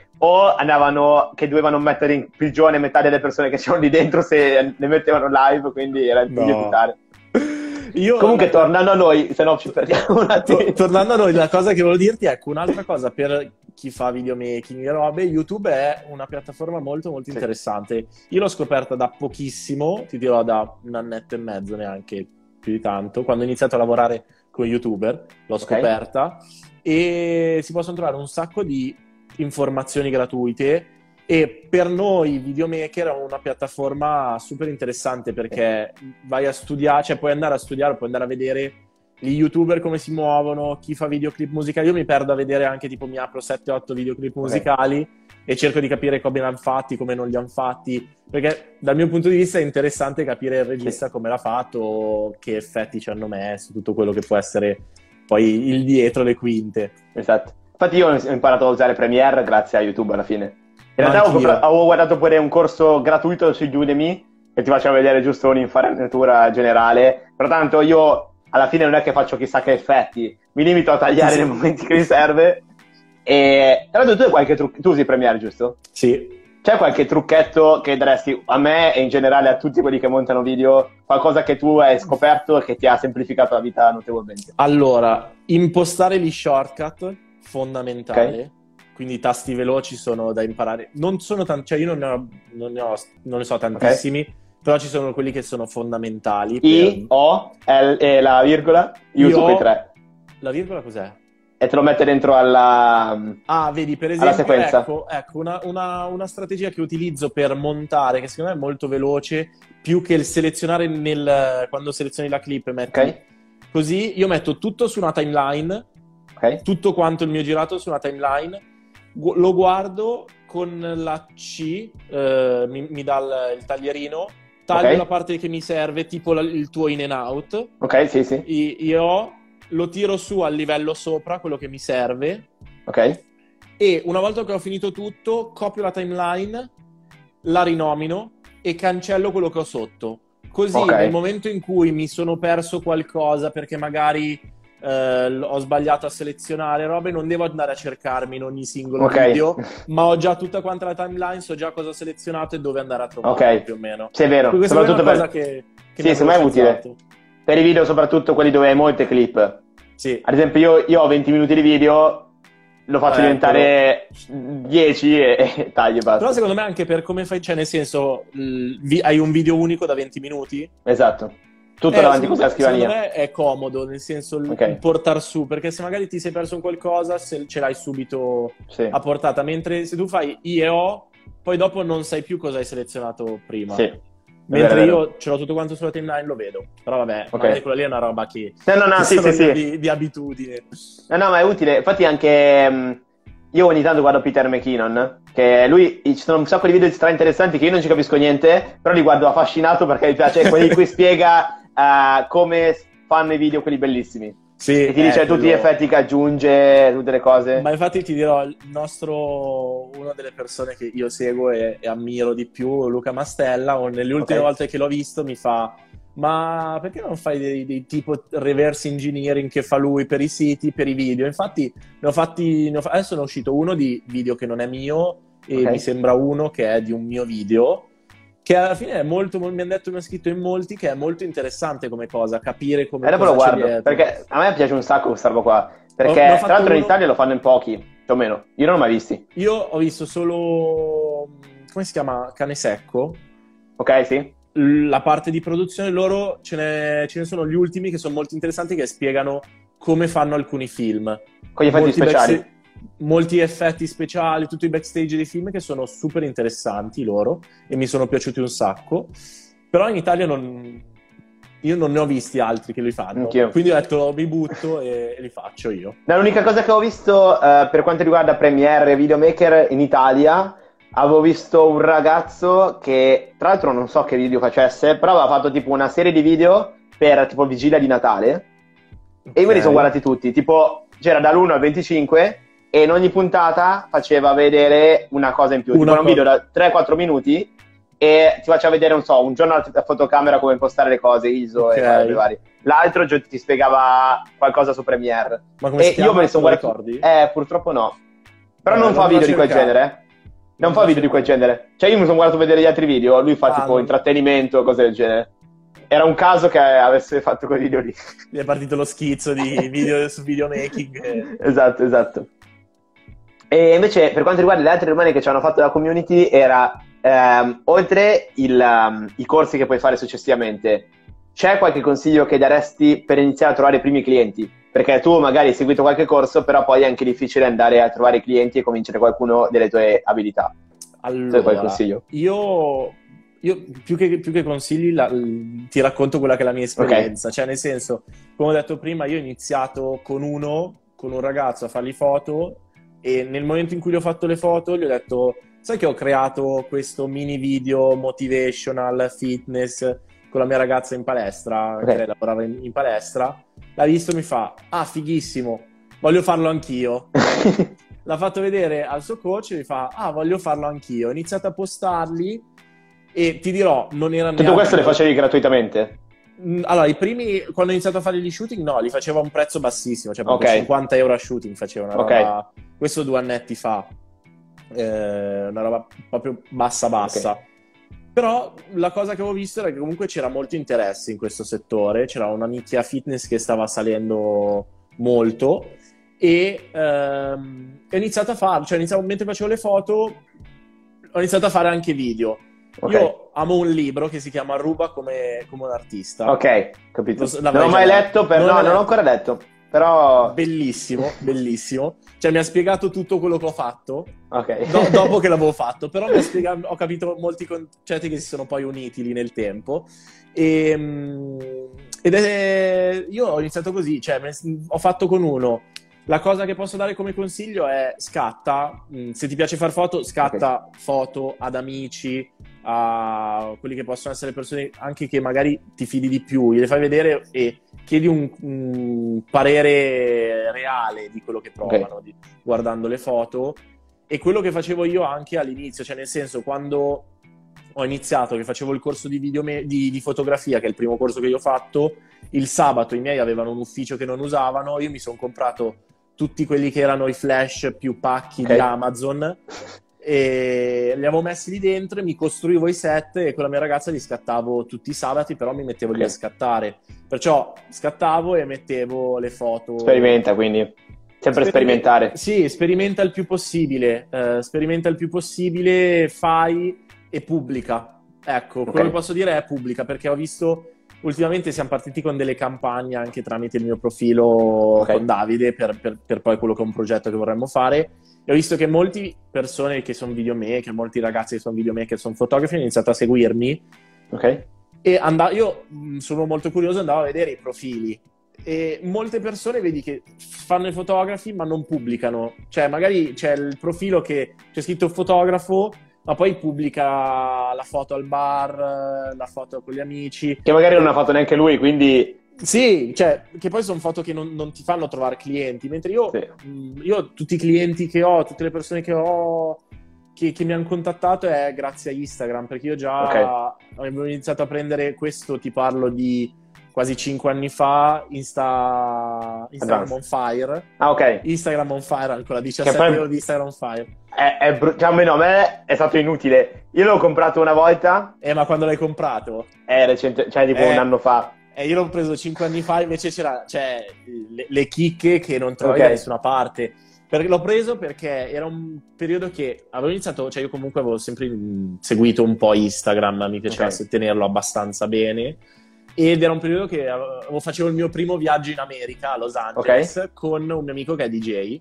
che dovevano mettere in prigione metà delle persone che c'erano lì dentro se le mettevano live, quindi era meglio evitare. Comunque tornando a noi, se no ci perdiamo un attimo. Tornando a noi, la cosa che volevo dirti, ecco, un'altra cosa per chi fa videomaking e robe, YouTube è una piattaforma molto molto interessante. Io l'ho scoperta da pochissimo, ti dirò da un annetto e mezzo, neanche più di tanto, quando ho iniziato a lavorare con YouTuber, l'ho scoperta, e si possono trovare un sacco di informazioni gratuite, e per noi videomaker è una piattaforma super interessante perché vai a studiare, cioè puoi andare a studiare, puoi andare a vedere gli YouTuber come si muovono, chi fa videoclip musicali. Io mi perdo a vedere anche, tipo mi apro 7-8 videoclip musicali e cerco di capire come l'hanno fatti, come non li hanno fatti, perché dal mio punto di vista è interessante capire il regista come l'ha fatto, che effetti ci hanno messo, tutto quello che può essere poi il dietro le quinte. Esatto. Infatti io ho imparato a usare Premiere grazie a YouTube alla fine. In Ma realtà anch'io. avevo guardato pure un corso gratuito su Udemy che ti faceva vedere giusto un'infarinatura generale. Pertanto io alla fine non è che faccio chissà che effetti, mi limito a tagliare Sì. nei momenti che mi serve. E tra l'altro tu hai qualche trucco, tu usi Premiere, giusto? Sì. C'è qualche trucchetto che daresti a me e in generale a tutti quelli che montano video, qualcosa che tu hai scoperto e che ti ha semplificato la vita notevolmente? Allora, impostare gli shortcut, fondamentale. Ok. Quindi i tasti veloci sono da imparare. Non sono tanti, cioè io non ne so tantissimi, però ci sono quelli che sono fondamentali. I, O, L e la virgola, io uso quei tre. La virgola cos'è? E te lo mette dentro alla Vedi, per alla esempio, sequenza. ecco una strategia che utilizzo per montare, che secondo me è molto veloce, più che il selezionare quando selezioni la clip, metti Ok. così, io metto tutto su una timeline, Ok. tutto quanto il mio girato su una timeline, lo guardo con la C, mi dà il taglierino, taglio Ok. la parte che mi serve, tipo il tuo in and out, Ok, sì, sì. io lo tiro su al livello sopra, quello che mi serve, Ok. e una volta che ho finito tutto, copio la timeline, la rinomino e cancello quello che ho sotto. Così Ok. nel momento in cui mi sono perso qualcosa perché magari ho sbagliato a selezionare robe, non devo andare a cercarmi in ogni singolo Ok. video, ma ho già tutta quanta la timeline, so già cosa ho selezionato e dove andare a trovarlo, Ok. più o meno. Sì, è vero. Questa è una Soprattutto cosa per... che Sì, mi ha secondo me è utile. velocizzato. Per i video, soprattutto quelli dove hai molte clip. Sì. Ad esempio, io ho 20 minuti di video, lo faccio diventare 10 e taglio e basta. Però secondo me anche per come fai, cioè nel senso, hai un video unico da 20 minuti? Esatto. Tutto davanti così alla Secondo scrivania. me è comodo, nel senso il Ok. portar su, perché se magari ti sei perso in qualcosa, se ce l'hai subito Sì. a portata, mentre se tu fai I e O, poi dopo non sai più cosa hai selezionato prima. Sì. Mentre È vero. io ce l'ho tutto quanto sulla timeline, lo vedo. Però vabbè, Ok. magari quella lì è una roba che, No, che sì, sono sì, io sì. di abitudine. No, ma è utile. Infatti anche io ogni tanto guardo Peter McKinnon, che lui, ci sono un sacco di video stra interessanti che io non ci capisco niente, però li guardo affascinato perché mi piace, quelli in cui spiega come fanno i video quelli bellissimi. Sì, E ti dice tutti gli effetti che aggiunge, tutte le cose. Ma infatti ti dirò, una delle persone che io seguo e ammiro di più, Luca Mastella, nelle ultime Ok. volte che l'ho visto mi fa: ma perché non fai dei tipo reverse engineering che fa lui per i siti, per i video? Infatti adesso ne è uscito uno di video che non è mio e Ok. mi sembra uno che è di un mio video, che alla fine è molto, mi hanno scritto in molti che è molto interessante come cosa, capire come E dopo lo cosa c'è guardo, dietro. perché a me piace un sacco questa roba qua. Perché Ne ho tra fatto l'altro in uno- Italia lo fanno in pochi, più o meno. Io non l'ho mai visti. Io ho visto solo, come si chiama? Cane Secco, Ok, sì? la parte di produzione. Loro ce ne sono gli ultimi che sono molto interessanti, che spiegano come fanno alcuni film. Con gli effetti speciali. Molti effetti speciali, tutti i backstage dei film che sono super interessanti loro e mi sono piaciuti un sacco. Però in Italia io non ne ho visti altri che li fanno. Anch'io. Quindi ho detto mi butto e li faccio io. No, l'unica cosa che ho visto per quanto riguarda Premiere e Videomaker in Italia, avevo visto un ragazzo che, tra l'altro non so che video facesse, però aveva fatto tipo una serie di video per tipo Vigilia di Natale. E io me li sono guardati tutti, tipo c'era dall'1 al 25 e in ogni puntata faceva vedere una cosa in più, tipo un video da 3-4 minuti e ti faceva vedere, non so, un giorno la fotocamera come impostare le cose, ISO e robe varie. L'altro ti spiegava qualcosa su Premiere. Ma come si chiama? Io me li sono guardati. Ricordi? Purtroppo no. Però non fa video di quel genere. Non fa video di quel genere. Cioè io mi sono guardato vedere gli altri video, lui fa tipo intrattenimento, cose del genere. Era un caso che avesse fatto quei video lì. Gli è partito lo schizzo di video su videomaking. Esatto. E invece per quanto riguarda le altre domande che ci hanno fatto la community era oltre i corsi che puoi fare successivamente, c'è qualche consiglio che daresti per iniziare a trovare i primi clienti? Perché tu magari hai seguito qualche corso, però poi è anche difficile andare a trovare clienti e convincere qualcuno delle tue abilità. Allora, qual consiglio? Io più che consigli ti racconto quella che è la mia esperienza. Cioè, nel senso, come ho detto prima, io ho iniziato con un ragazzo a fargli foto e nel momento in cui gli ho fatto le foto gli ho detto: sai che ho creato questo mini video motivational fitness con la mia ragazza in palestra, che lei lavorava in palestra. L'ha visto e mi fa: ah, fighissimo, voglio farlo anch'io. L'ha fatto vedere al suo coach e mi fa: ah, voglio farlo anch'io. Ho iniziato a postarli e ti dirò, non era neanche... Tutto questo le facevi gratuitamente? Allora, i primi, quando ho iniziato a fare gli shooting, no, li faceva a un prezzo bassissimo, cioè proprio 50 euro a shooting faceva una roba... Questo 2 annetti fa, una roba proprio bassa. Però la cosa che avevo visto era che comunque c'era molto interesse in questo settore, c'era una nicchia fitness che stava salendo molto e ho iniziato a farlo, cioè mentre facevo le foto ho iniziato a fare anche video. Io amo un libro che si chiama Ruba come un artista. Ok, capito. Non l'ho mai letto, non l'ho ancora letto. Però... Bellissimo. Cioè mi ha spiegato tutto quello che ho fatto dopo che l'avevo fatto, però ho capito molti concetti che si sono poi uniti lì nel tempo io ho iniziato così, cioè ho fatto con uno. La cosa che posso dare come consiglio è scatta, se ti piace far foto, scatta foto ad amici, a quelli che possono essere persone anche che magari ti fidi di più, gliele fai vedere e chiedi un parere reale di quello che provano guardando le foto. E quello che facevo io anche all'inizio, cioè nel senso, quando ho iniziato, che facevo il corso di di fotografia, che è il primo corso che io ho fatto, il sabato i miei avevano un ufficio che non usavano, io mi sono comprato tutti quelli che erano i flash più pacchi di Amazon e li avevo messi lì dentro e mi costruivo i set e con la mia ragazza li scattavo tutti i sabati, però mi mettevo lì a scattare, perciò scattavo e mettevo le foto. Sperimenta, quindi sempre sperimentare. Sì, sperimenta il più possibile, fai e pubblica. Ecco, quello che posso dire è pubblica, perché ho visto ultimamente siamo partiti con delle campagne anche tramite il mio profilo con Davide per poi quello che è un progetto che vorremmo fare. E ho visto che molte persone che sono videomaker, molti ragazzi che sono videomaker, sono fotografi, hanno iniziato a seguirmi. E io sono molto curioso, andavo a vedere i profili. E molte persone vedi che fanno i fotografi ma non pubblicano. Cioè magari c'è il profilo che c'è scritto fotografo, ma poi pubblica la foto al bar, la foto con gli amici. Che magari non ha fatto neanche lui, quindi... Sì, cioè, che poi sono foto che non ti fanno trovare clienti, mentre io tutti i clienti che ho, tutte le persone che ho, che mi hanno contattato è grazie a Instagram, perché io già avevo iniziato a prendere questo, ti parlo di quasi 5 anni fa, Instagram on Fire. Instagram on Fire, ancora 17 euro di Instagram on Fire. Cioè, almeno a me è stato inutile. Io l'ho comprato una volta. Ma quando l'hai comprato? Recente, cioè tipo un anno fa. Io l'ho preso 5 anni fa, invece c'era le chicche che non trovavi da nessuna parte. Perché l'ho preso perché era un periodo che avevo iniziato, cioè io comunque avevo sempre seguito un po' Instagram, mi piaceva tenerlo abbastanza bene. Ed era un periodo che facevo il mio primo viaggio in America, a Los Angeles, con un mio amico che è DJ.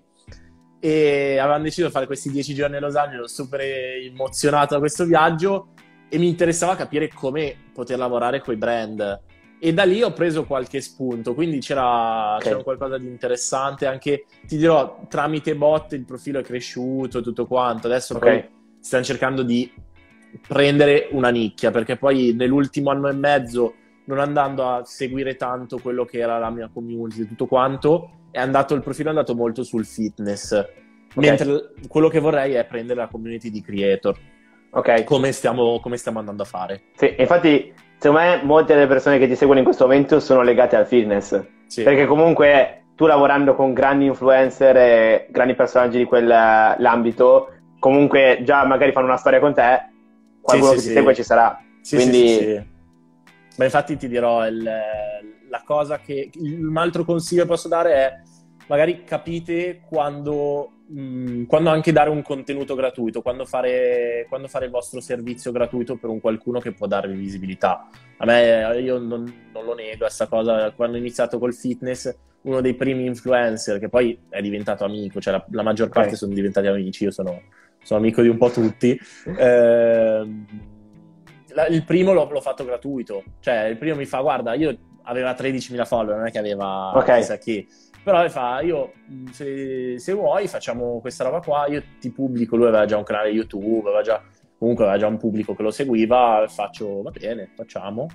E avevamo deciso di fare questi 10 giorni a Los Angeles, super emozionato da questo viaggio, e mi interessava capire come poter lavorare con i brand. E da lì ho preso qualche spunto, quindi c'era qualcosa di interessante. Anche, ti dirò, tramite bot il profilo è cresciuto e tutto quanto. Adesso poi stiamo cercando di prendere una nicchia, perché poi nell'ultimo anno e mezzo, non andando a seguire tanto quello che era la mia community e tutto quanto, il profilo è andato molto sul fitness, mentre quello che vorrei è prendere la community di creator, come stiamo andando a fare. Sì, infatti secondo me molte delle persone che ti seguono in questo momento sono legate al fitness, perché comunque tu, lavorando con grandi influencer e grandi personaggi di quell'ambito, comunque già magari fanno una storia con te, qualcuno che ti segue ci sarà. Sì. Ma infatti ti dirò, la cosa un altro consiglio che posso dare è magari capite quando anche dare un contenuto gratuito, quando fare il vostro servizio gratuito per un qualcuno che può darvi visibilità. A me, io non lo nego questa cosa. Quando ho iniziato col fitness, uno dei primi influencer che poi è diventato amico, cioè la maggior parte sono diventati amici, io sono amico di un po' tutti. Il primo l'ho fatto gratuito, cioè il primo mi fa: guarda, io aveva 13.000 follower, non è che aveva chissà chi, Però fa, io se vuoi facciamo questa roba qua, io ti pubblico, lui aveva già un canale YouTube, comunque aveva già un pubblico che lo seguiva, faccio, va bene, facciamo.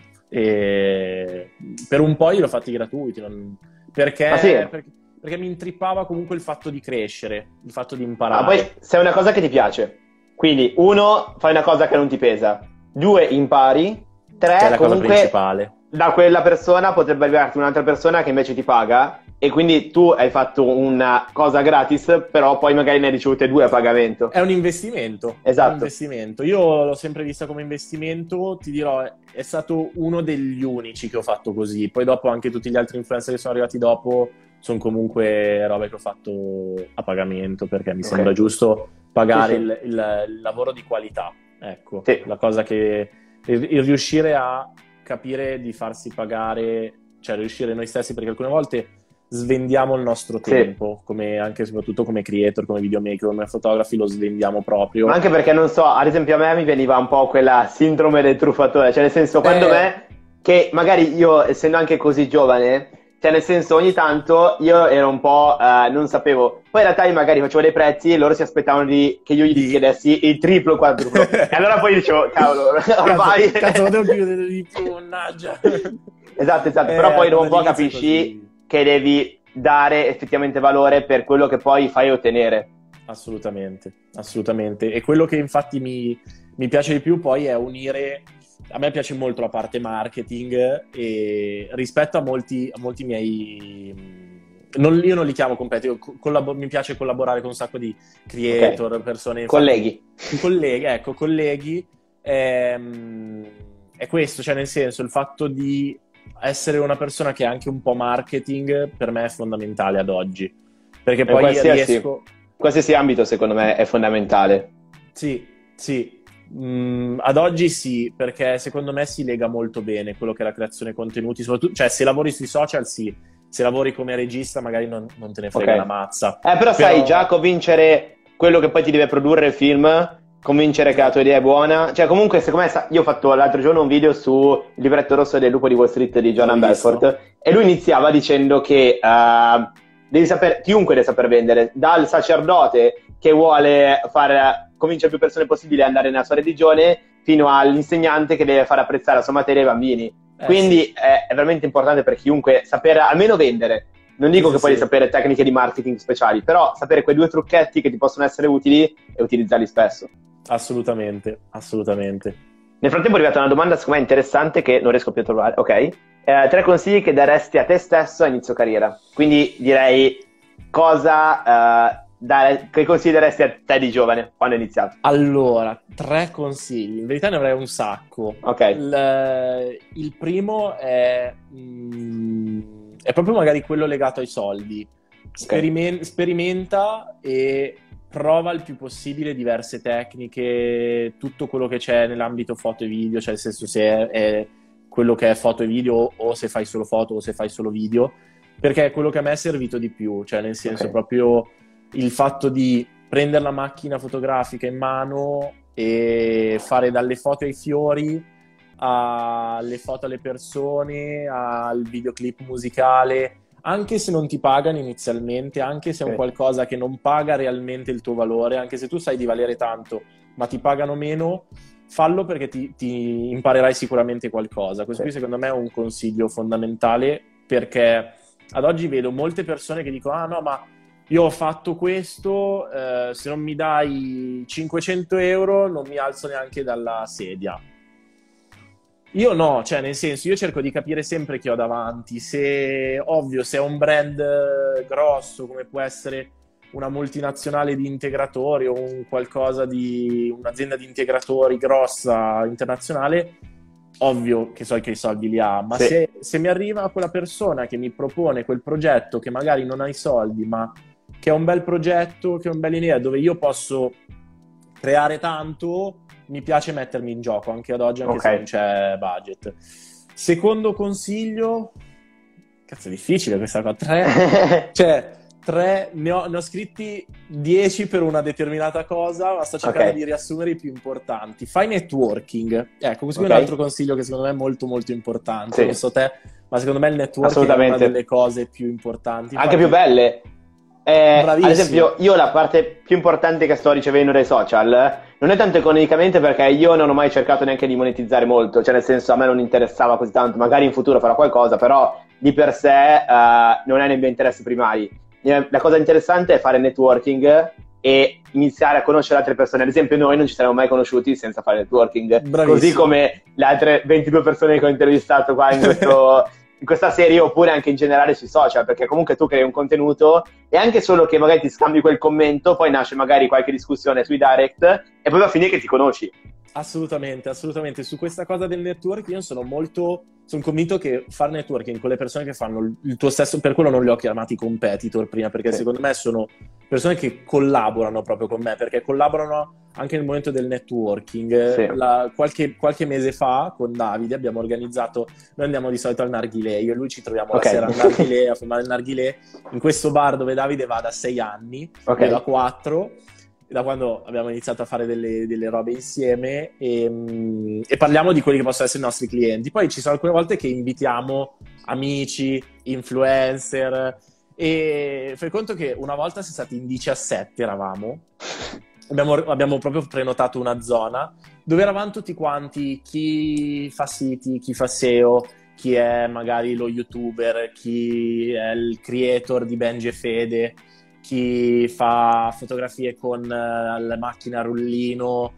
E per un po' io l'ho fatti gratuiti, perché mi intrippava comunque il fatto di crescere, il fatto di imparare. Ma poi se è una cosa che ti piace, quindi 1, fai una cosa che non ti pesa, 2, impari, 3, che è la comunque cosa principale. Da quella persona potrebbe arrivarti un'altra persona che invece ti paga e quindi tu hai fatto una cosa gratis, però poi magari ne hai ricevute 2 a pagamento. È un investimento. Esatto. È un investimento. Io l'ho sempre vista come investimento, ti dirò, è stato uno degli unici che ho fatto così. Poi dopo anche tutti gli altri influencer che sono arrivati dopo sono comunque robe che ho fatto a pagamento, perché mi sembra giusto pagare il lavoro di qualità. Ecco, la cosa che... il riuscire a capire di farsi pagare, cioè riuscire noi stessi, perché alcune volte svendiamo il nostro tempo, come anche soprattutto come creator, come videomaker, come fotografi, lo svendiamo proprio. Ma anche perché non so, ad esempio a me mi veniva un po' quella sindrome del truffatore, cioè nel senso quando me, che magari io essendo anche così giovane, cioè nel senso ogni tanto io ero un po' non sapevo, poi in realtà io magari facevo dei prezzi e loro si aspettavano che io gli chiedessi il triplo, quadruplo e allora poi dicevo cavolo ormai cazzo devo chiudere di più, mannaggia. esatto, però poi dopo un po' capisci che devi dare effettivamente valore per quello che poi fai ottenere. Assolutamente e quello che infatti mi piace di più poi è unire. A me piace molto la parte marketing e rispetto a molti miei... io non li chiamo competitor, mi piace collaborare con un sacco di creator, persone... Colleghi. Colleghi. È questo, cioè nel senso, il fatto di essere una persona che è anche un po' marketing per me è fondamentale ad oggi. Perché poi riesco... Qualsiasi ambito secondo me è fondamentale. Sì. Ad oggi sì, perché secondo me si lega molto bene quello che è la creazione contenuti, soprattutto, cioè se lavori sui social sì, se lavori come regista magari non te ne frega una mazza. Però sai, già convincere quello che poi ti deve produrre il film, convincere che la tua idea è buona, cioè comunque secondo me, io ho fatto l'altro giorno un video sul libretto rosso del lupo di Wall Street di Jordan Belfort e lui iniziava dicendo che chiunque deve saper vendere, dal sacerdote che vuole convincere più persone possibile ad andare nella sua religione, fino all'insegnante che deve far apprezzare la sua materia ai bambini. Quindi è veramente importante per chiunque sapere almeno vendere. Non dico che poi devi sapere tecniche di marketing speciali, però sapere quei 2 trucchetti che ti possono essere utili e utilizzarli spesso. Assolutamente. Nel frattempo è arrivata una domanda secondo me interessante che non riesco più a trovare. 3 consigli che daresti a te stesso a inizio carriera. Quindi direi che consigli daresti a te di giovane quando hai iniziato? Allora, 3 consigli. In verità ne avrei un sacco. Il primo è proprio magari quello legato ai soldi. Sperimenta e prova il più possibile diverse tecniche, tutto quello che c'è nell'ambito foto e video, cioè nel senso se è quello che è foto e video o se fai solo foto o se fai solo video, perché è quello che a me è servito di più, cioè nel senso proprio il fatto di prendere la macchina fotografica in mano e fare dalle foto ai fiori alle foto alle persone, al videoclip musicale, anche se non ti pagano inizialmente, anche se è un qualcosa che non paga realmente il tuo valore, anche se tu sai di valere tanto ma ti pagano meno, fallo perché ti imparerai sicuramente qualcosa. Questo qui secondo me è un consiglio fondamentale, perché ad oggi vedo molte persone che dicono no ma io ho fatto questo, se non mi dai 500 euro non mi alzo neanche dalla sedia. Io no, cioè nel senso, io cerco di capire sempre chi ho davanti, se è un brand grosso come può essere una multinazionale di integratori o un'azienda di integratori grossa internazionale, ovvio che so che i soldi li ha, ma se mi arriva quella persona che mi propone quel progetto che magari non ha i soldi ma che è un bel progetto, che è un bel idea dove io posso creare tanto, mi piace mettermi in gioco anche ad oggi, anche se non c'è budget. Secondo consiglio, cazzo è difficile questa qua, 3 ne ho scritti 10 per una determinata cosa, ma sto cercando di riassumere i più importanti. Fai networking, ecco, questo è un altro consiglio che secondo me è molto molto importante. Non so te, ma secondo me il networking è una delle cose più importanti. Anche più belle. Ad esempio, io la parte più importante che sto ricevendo dai social non è tanto economicamente, perché io non ho mai cercato neanche di monetizzare molto, cioè nel senso a me non interessava così tanto, magari in futuro farò qualcosa, però di per sé non è nei miei interessi primari. La cosa interessante è fare networking e iniziare a conoscere altre persone. Ad esempio noi non ci saremmo mai conosciuti senza fare networking. Bravissimo. Così come le altre 22 persone che ho intervistato qua in questa serie, oppure anche in generale sui social, perché comunque tu crei un contenuto e anche solo che magari ti scambi quel commento, poi nasce magari qualche discussione sui direct e poi va a finire che ti conosci. Assolutamente. Su questa cosa del networking io sono convinto che fare networking con le persone che fanno il tuo stesso, per quello non li ho chiamati competitor prima, perché secondo me sono persone che collaborano proprio con me, perché collaborano anche nel momento del networking. Qualche mese fa con Davide abbiamo organizzato, noi andiamo di solito al narghilè, io e lui ci troviamo la sera al narghilè a fumare il narghilè in questo bar dove Davide va da 6 anni, io da 4, da quando abbiamo iniziato a fare delle robe insieme, e parliamo di quelli che possono essere i nostri clienti. Poi ci sono alcune volte che invitiamo amici, influencer, e fai conto che una volta siamo stati in 17, abbiamo proprio prenotato una zona dove eravamo tutti quanti, chi fa siti, chi fa SEO, chi è magari lo youtuber, chi è il creator di Benji e Fede, chi fa fotografie con la macchina a rullino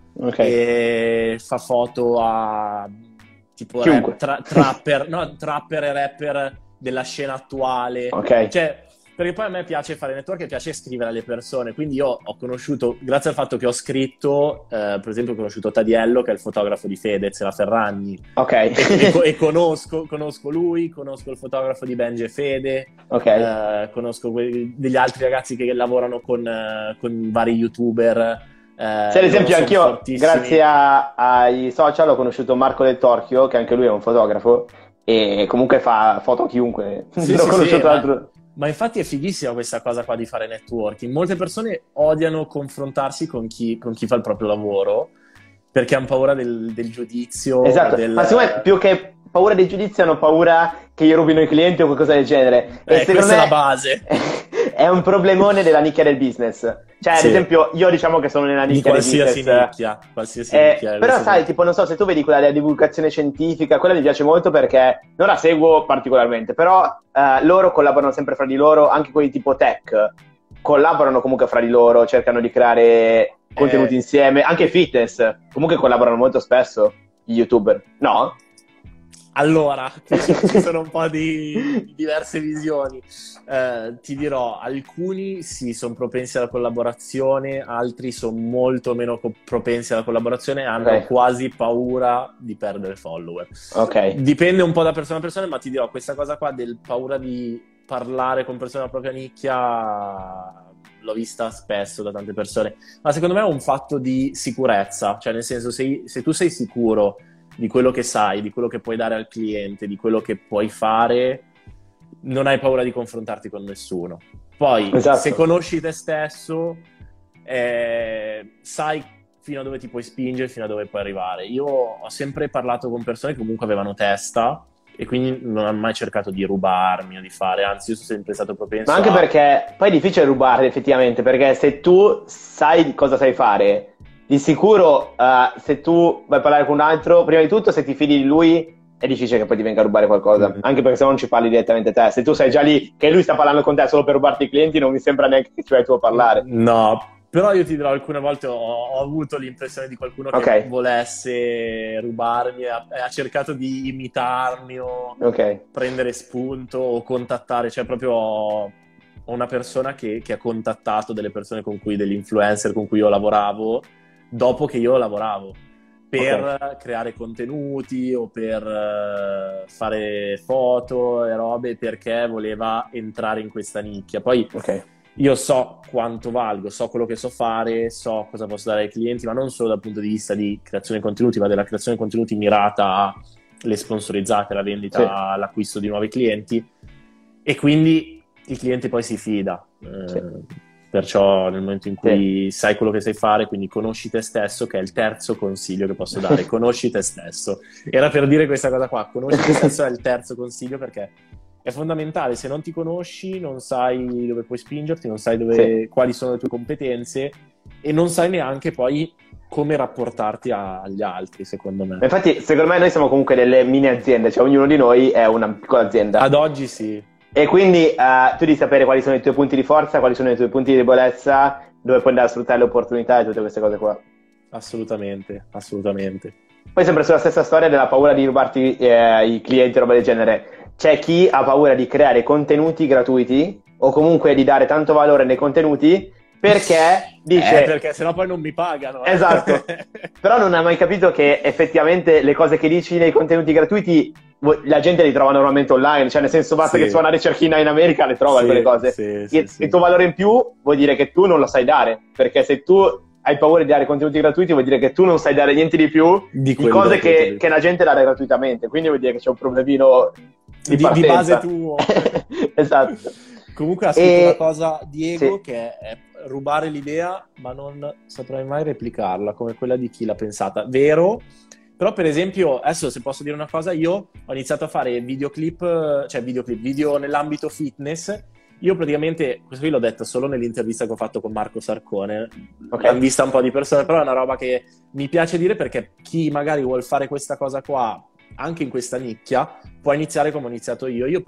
e fa foto a tipo trapper e rapper della scena attuale. Cioè, perché poi a me piace fare network e piace scrivere alle persone, quindi io ho conosciuto, grazie al fatto che ho scritto, per esempio ho conosciuto Tadiello, che è il fotografo di Fedez e la Ferragni, e conosco lui, conosco il fotografo di Benji e Fede, conosco degli altri ragazzi che lavorano con vari youtuber. Ad esempio anch'io, fortissimi. Grazie ai social, ho conosciuto Marco Del Torchio, che anche lui è un fotografo e comunque fa foto a chiunque. L'ho conosciuto altro. Ma infatti è fighissima questa cosa qua di fare networking. Molte persone odiano confrontarsi con chi fa il proprio lavoro perché hanno paura del giudizio. Esatto, ma secondo me più che paura del giudizio hanno paura che gli rubino i clienti o qualcosa del genere. E questa è la base. È un problemone della nicchia del business. Cioè, ad esempio, io diciamo che sono nella nicchia del business. Qualsiasi nicchia. Però sai, tipo, non so, se tu vedi quella della divulgazione scientifica, quella mi piace molto perché non la seguo particolarmente, però loro collaborano sempre fra di loro, anche quelli tipo tech collaborano comunque fra di loro, cercano di creare contenuti insieme, anche fitness, comunque collaborano molto spesso gli youtuber, no? Allora, ci sono un po' di diverse visioni. Ti dirò, alcuni sì, sono propensi alla collaborazione, altri sono molto meno propensi alla collaborazione e hanno quasi paura di perdere follower. Dipende un po' da persona a persona, ma ti dirò, questa cosa qua del paura di parlare con persone della propria nicchia l'ho vista spesso da tante persone, ma secondo me è un fatto di sicurezza, cioè nel senso, se tu sei sicuro di quello che sai, di quello che puoi dare al cliente, di quello che puoi fare, non hai paura di confrontarti con nessuno. Poi, se conosci te stesso, sai fino a dove ti puoi spingere, fino a dove puoi arrivare. Io ho sempre parlato con persone che comunque avevano testa e quindi non ho mai cercato di rubarmi o di fare, anzi io sono sempre stato propenso ma anche perché poi è difficile rubare effettivamente, perché se tu sai cosa sai fare, di sicuro se tu vai a parlare con un altro, prima di tutto se ti fidi di lui è difficile che poi ti venga a rubare qualcosa, anche perché se non ci parli direttamente te, se tu sei già lì che lui sta parlando con te solo per rubarti i clienti, non mi sembra neanche che ci vai tu a parlare. No, però io ti dirò, alcune volte ho avuto l'impressione di qualcuno che volesse rubarmi, ha cercato di imitarmi o prendere spunto o contattare, cioè proprio ho una persona che ha contattato delle persone con cui, degli influencer con cui io lavoravo dopo che io lavoravo, per creare contenuti o per fare foto e robe, perché voleva entrare in questa nicchia. Poi io so quanto valgo, so quello che so fare, so cosa posso dare ai clienti, ma non solo dal punto di vista di creazione di contenuti, ma della creazione di contenuti mirata alle sponsorizzate, alla vendita, all'acquisto di nuovi clienti, e quindi il cliente poi si fida. Perciò nel momento in cui sai quello che sai fare, quindi conosci te stesso, che è il terzo consiglio che posso dare, conosci te stesso. Era per dire questa cosa qua, conosci te stesso è il terzo consiglio, perché è fondamentale. Se non ti conosci, non sai dove puoi spingerti, non sai quali sono le tue competenze e non sai neanche poi come rapportarti agli altri, secondo me. Infatti, secondo me noi siamo comunque delle mini aziende, cioè ognuno di noi è una piccola azienda. Ad oggi sì. E quindi tu devi sapere quali sono i tuoi punti di forza, quali sono i tuoi punti di debolezza, dove puoi andare a sfruttare le opportunità e tutte queste cose qua. Assolutamente, assolutamente. Poi sempre sulla stessa storia della paura di rubarti i clienti, roba del genere. C'è chi ha paura di creare contenuti gratuiti o comunque di dare tanto valore nei contenuti perché dice... perché sennò poi non mi pagano. Esatto. Però non ha mai capito che effettivamente le cose che dici nei contenuti gratuiti la gente li trova normalmente online, cioè nel senso basta che tu fai una ricerchina in America le trova quelle cose. Il tuo valore in più vuol dire che tu non lo sai dare, perché se tu hai paura di dare contenuti gratuiti vuol dire che tu non sai dare niente di più di cose che la gente dà gratuitamente, quindi vuol dire che c'è un problemino di base tuo. Esatto. Comunque ha scritto una cosa Diego che è rubare l'idea ma non saprai mai replicarla, come quella di chi l'ha pensata. Vero? Però per esempio, adesso se posso dire una cosa, io ho iniziato a fare video nell'ambito fitness. Io praticamente, questo qui l'ho detto solo nell'intervista che ho fatto con Marco Sarcone, l'hanno vista un po' di persone, però è una roba che mi piace dire perché chi magari vuol fare questa cosa qua, anche in questa nicchia, può iniziare come ho iniziato io. Io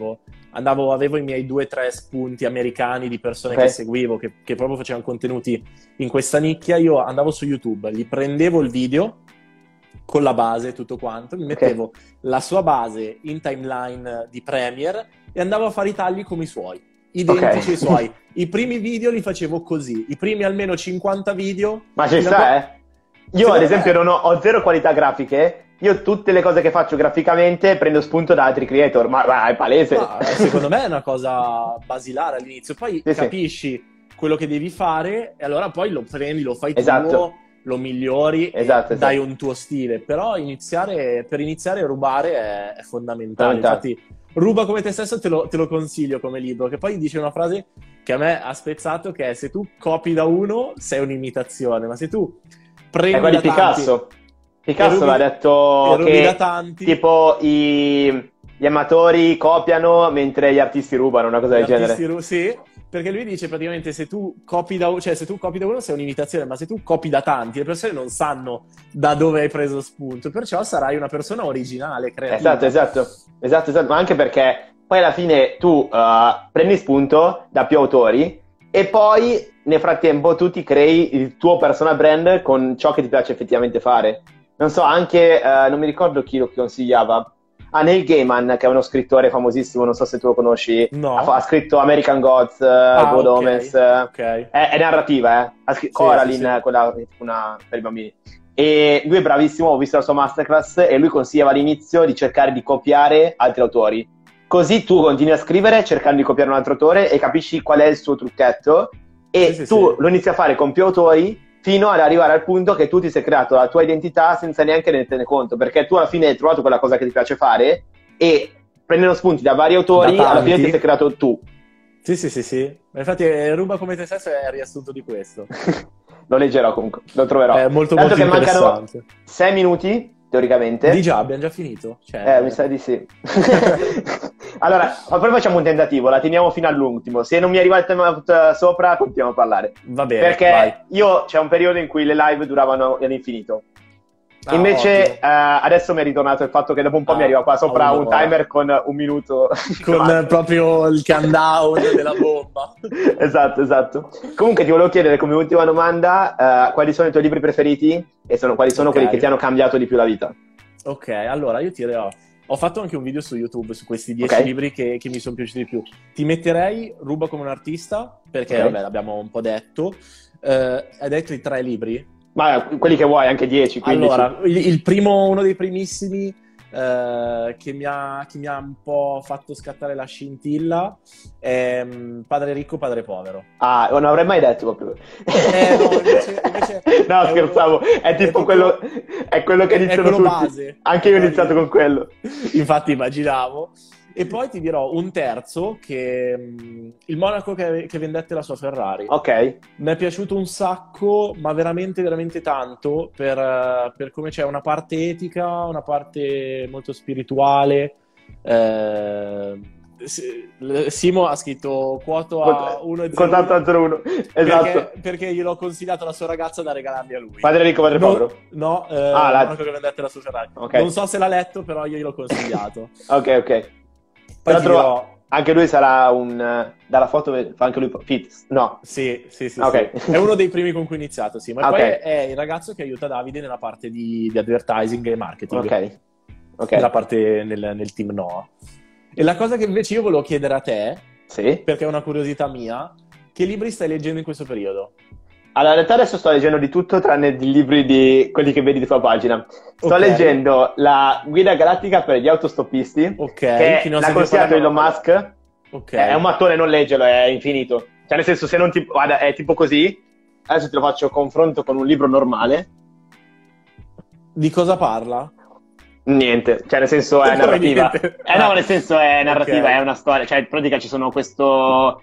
avevo i miei 2-3 spunti americani di persone che seguivo, che proprio facevano contenuti in questa nicchia. Io andavo su YouTube, gli prendevo il video con la base, tutto quanto, mi mettevo la sua base in timeline di Premiere e andavo a fare i tagli come i suoi, identici ai suoi. I primi video li facevo così, i primi almeno 50 video. Ma ci sta, Io ad esempio non ho zero qualità grafiche, io tutte le cose che faccio graficamente prendo spunto da altri creator, ma è palese. Secondo me è una cosa basilare all'inizio, poi capisci quello che devi fare e allora poi lo prendi, lo fai tuo, lo migliori e dai un tuo stile. Però per iniziare a rubare è fondamentale. Infatti Ruba come te stesso te lo consiglio come libro, che poi dice una frase che a me ha spezzato, che è: se tu copi da uno sei un'imitazione, ma se tu prendi da Picasso l'ha detto che da tanti, tipo gli amatori copiano mentre gli artisti rubano, una cosa del genere. Sì, perché lui dice praticamente se tu copi da uno sei un'imitazione, ma se tu copi da tanti le persone non sanno da dove hai preso spunto, perciò sarai una persona originale, creativa. Esatto, ma anche perché poi alla fine tu prendi spunto da più autori e poi nel frattempo tu ti crei il tuo personal brand con ciò che ti piace effettivamente fare. Non so, anche non mi ricordo chi lo consigliava. Neil Gaiman, che è uno scrittore famosissimo, non so se tu lo conosci. No. Ha scritto American Gods, Good Omens. È narrativa, ha scritto Coraline, quella per i bambini. E lui è bravissimo, ho visto la sua masterclass e lui consigliava all'inizio di cercare di copiare altri autori. Così tu continui a scrivere cercando di copiare un altro autore e capisci qual è il suo trucchetto e tu lo inizi a fare con più autori fino ad arrivare al punto che tu ti sei creato la tua identità senza neanche tenere conto, perché tu alla fine hai trovato quella cosa che ti piace fare e prendendo spunti da vari autori alla fine ti sei creato tu. Sì. Infatti Ruba come te stesso è il riassunto di questo. Lo leggerò comunque, lo troverò. È molto interessante. Mancano 6 minuti teoricamente. Abbiamo già finito? Mi sa di sì. Allora, poi facciamo un tentativo, la teniamo fino all'ultimo. Se non mi arriva il tema sopra, continuiamo a parlare. Va bene, perché c'è un periodo in cui le live duravano all'infinito. Invece adesso mi è ritornato il fatto che dopo un po' mi arriva qua sopra un timer con un minuto. Con proprio il countdown della bomba. Esatto. Comunque ti volevo chiedere come ultima domanda, quali sono i tuoi libri preferiti e quali sono quelli che ti hanno cambiato di più la vita? Ok, allora io ti dirò, ho fatto anche un video su YouTube su questi 10 libri che mi sono piaciuti di più. Ti metterei Ruba come un artista, perché vabbè, l'abbiamo un po' detto. Hai detto i 3 libri? Ma quelli che vuoi, anche 10, 15. Allora, il primo, uno dei primissimi che mi ha un po' fatto scattare la scintilla è Padre ricco, padre povero. Non avrei mai detto proprio. No, invece no, scherzavo, è tipo quello che iniziano tutti. Base. Anche io ho iniziato con quello. Infatti immaginavo. E poi ti dirò un terzo, che il monaco che vendette la sua Ferrari. Ok. Mi è piaciuto un sacco, ma veramente, veramente tanto, per come c'è una parte etica, una parte molto spirituale. Simo ha scritto quoto a 1,01. Contatto 1. Esatto. Perché gliel'ho consigliato alla sua ragazza da regalargli a lui. Padre ricco, padre povero. No, monaco che vendette la sua Ferrari. Okay. Non so se l'ha letto, però io gliel'ho consigliato. Ok. Poi dirò... Anche lui sarà dalla foto fa anche lui fit? No. Sì. Okay. È uno dei primi con cui ho iniziato, sì. Ma okay. Poi è il ragazzo che aiuta Davide nella parte di advertising e marketing. Ok. Nella parte nel team Noah. E la cosa che invece io volevo chiedere a te, sì, perché è una curiosità mia, che libri stai leggendo in questo periodo? Allora, in realtà adesso sto leggendo di tutto tranne i libri di quelli che vedi di tua pagina. Sto leggendo la guida galattica per gli autostoppisti, che l'ha consigliato Elon Musk. È un mattone, non leggerlo, è infinito. Cioè, nel senso, se non ti... Guarda, è tipo così. Adesso te lo faccio confronto con un libro normale. Di cosa parla? Niente, cioè nel senso è narrativa. No, nel senso è narrativa, è una storia. Cioè, in pratica ci sono questo...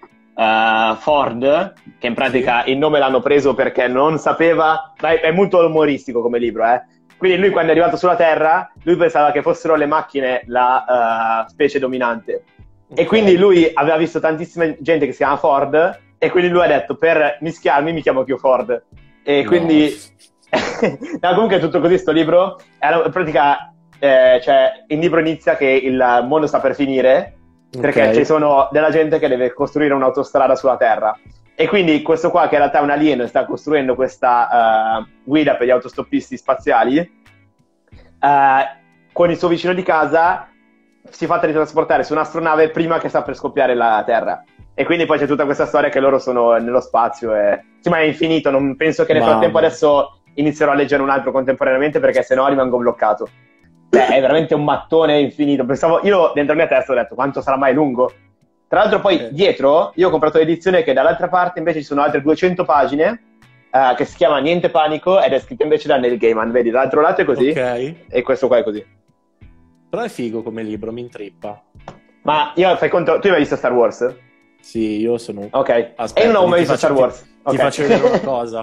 Ford, che in pratica il nome l'hanno preso perché non sapeva, è molto umoristico come libro, quindi lui quando è arrivato sulla Terra, lui pensava che fossero le macchine la specie dominante, e quindi lui aveva visto tantissima gente che si chiama Ford, e quindi lui ha detto, per mischiarmi mi chiamo più Ford, e quindi no, comunque è tutto così sto libro, in pratica cioè, il libro inizia che il mondo sta per finire, perché ci sono della gente che deve costruire un'autostrada sulla Terra, e quindi questo qua, che in realtà è un alieno, sta costruendo questa guida per gli autostoppisti spaziali, con il suo vicino di casa si fa teletrasportare su un'astronave prima che sta per scoppiare la Terra, e quindi poi c'è tutta questa storia che loro sono nello spazio ma è infinito, non penso che nel frattempo adesso inizierò a leggere un altro contemporaneamente, perché sennò rimango bloccato. È veramente un mattone infinito. Pensavo, io dentro la mia testa ho detto quanto sarà mai lungo. Tra l'altro poi dietro io ho comprato l'edizione che dall'altra parte invece ci sono altre 200 pagine che si chiama Niente Panico, ed è scritto invece da Neil Gaiman. Vedi, dall'altro lato è così e questo qua è così. Però è figo come libro, mi intrippa. Ma io fai conto, tu hai mai visto Star Wars? Sì, io sono... Ok. Aspetta, e io non ho mai visto Star Wars. Ti faccio vedere una cosa.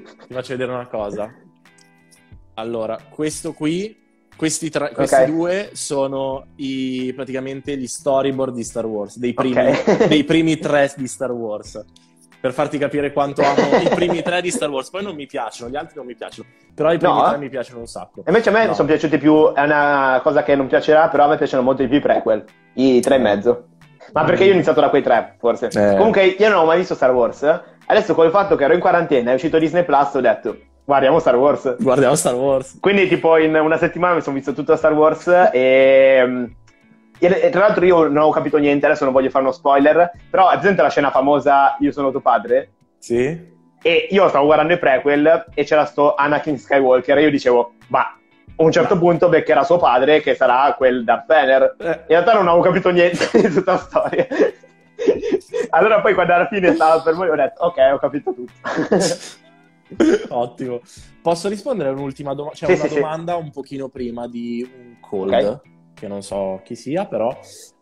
Allora, questo qui, questi due sono praticamente gli storyboard di Star Wars, dei primi 3 di Star Wars, per farti capire quanto amo i primi 3 di Star Wars. Poi non mi piacciono, gli altri non mi piacciono, però i primi 3 mi piacciono un sacco. E invece a me sono piaciuti più, è una cosa che non piacerà, però a me piacciono molto di più i prequel, i 3,5. Ma perché io ho iniziato da quei 3, forse. Comunque io non ho mai visto Star Wars. Adesso con il fatto che ero in quarantena, è uscito Disney Plus, ho detto guardiamo Star Wars. Quindi tipo in una settimana mi sono visto tutto Star Wars e tra l'altro io non ho capito niente, adesso non voglio fare uno spoiler, però è presente la scena famosa Io sono tuo padre? Sì. E io stavo guardando i prequel e c'era sto Anakin Skywalker e io dicevo, ma a un certo punto beccherà suo padre che sarà quel Darth Vader. In realtà non avevo capito niente di tutta la storia. Allora poi quando alla fine stava per morire ho detto ok, ho capito tutto. Ottimo. Posso rispondere a un'ultima domanda? C'è una domanda un pochino prima di un cold, che non so chi sia, però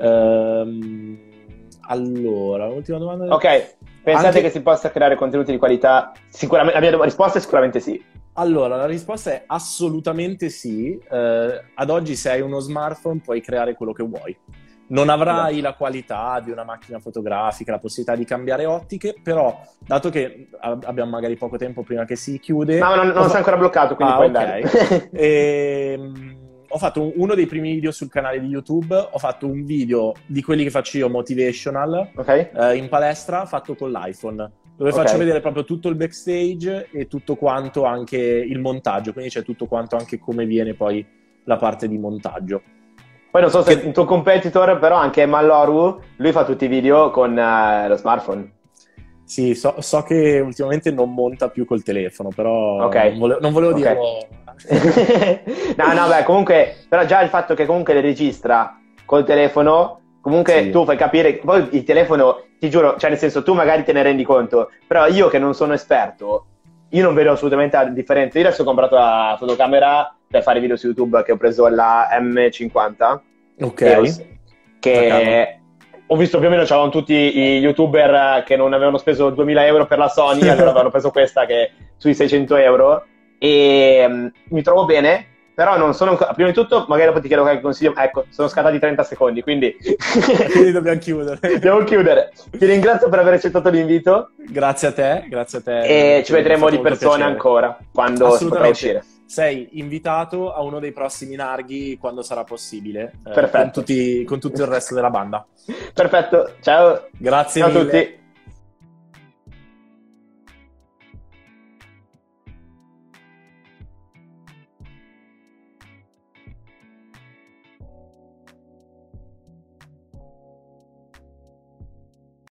allora, l'ultima domanda. Ok, pensate che si possa creare contenuti di qualità? Sicuramente, la mia risposta è sicuramente sì. Allora, la risposta è assolutamente sì. Ad oggi, se hai uno smartphone, puoi creare quello che vuoi. Non avrai la qualità di una macchina fotografica, la possibilità di cambiare ottiche, però, dato che abbiamo magari poco tempo prima che si chiude... No, non sei ancora bloccato, quindi puoi andare. Ho fatto uno dei primi video sul canale di YouTube, ho fatto un video di quelli che faccio io, motivational, in palestra, fatto con l'iPhone, dove faccio vedere proprio tutto il backstage e tutto quanto anche il montaggio, quindi c'è tutto quanto anche come viene poi la parte di montaggio. Poi non so se il tuo competitor, però anche Malloru, lui fa tutti i video con lo smartphone. Sì, so che ultimamente non monta più col telefono, però non volevo dirlo. No, beh, comunque, però già il fatto che comunque le registra col telefono, comunque tu fai capire, poi il telefono, ti giuro, cioè nel senso tu magari te ne rendi conto, però io che non sono esperto, io non vedo assolutamente la differenza. Io adesso ho comprato la fotocamera per fare video su YouTube, che ho preso la M50. che ho visto più o meno c'erano tutti i youtuber che non avevano speso 2000 euro per la Sony, allora avevano preso questa che sui 600 euro, e mi trovo bene, però non sono prima di tutto, magari dopo ti chiedo qualche consiglio. Ecco, sono scattati 30 secondi, quindi dobbiamo chiudere. Devo chiudere. Ti ringrazio per aver accettato l'invito. Grazie a te. E ci vedremo di persona ancora quando si potrà uscire. Sei invitato a uno dei prossimi Narghi quando sarà possibile, Perfetto. con tutto il resto della banda. Perfetto, ciao. Grazie ciao mille. a tutti.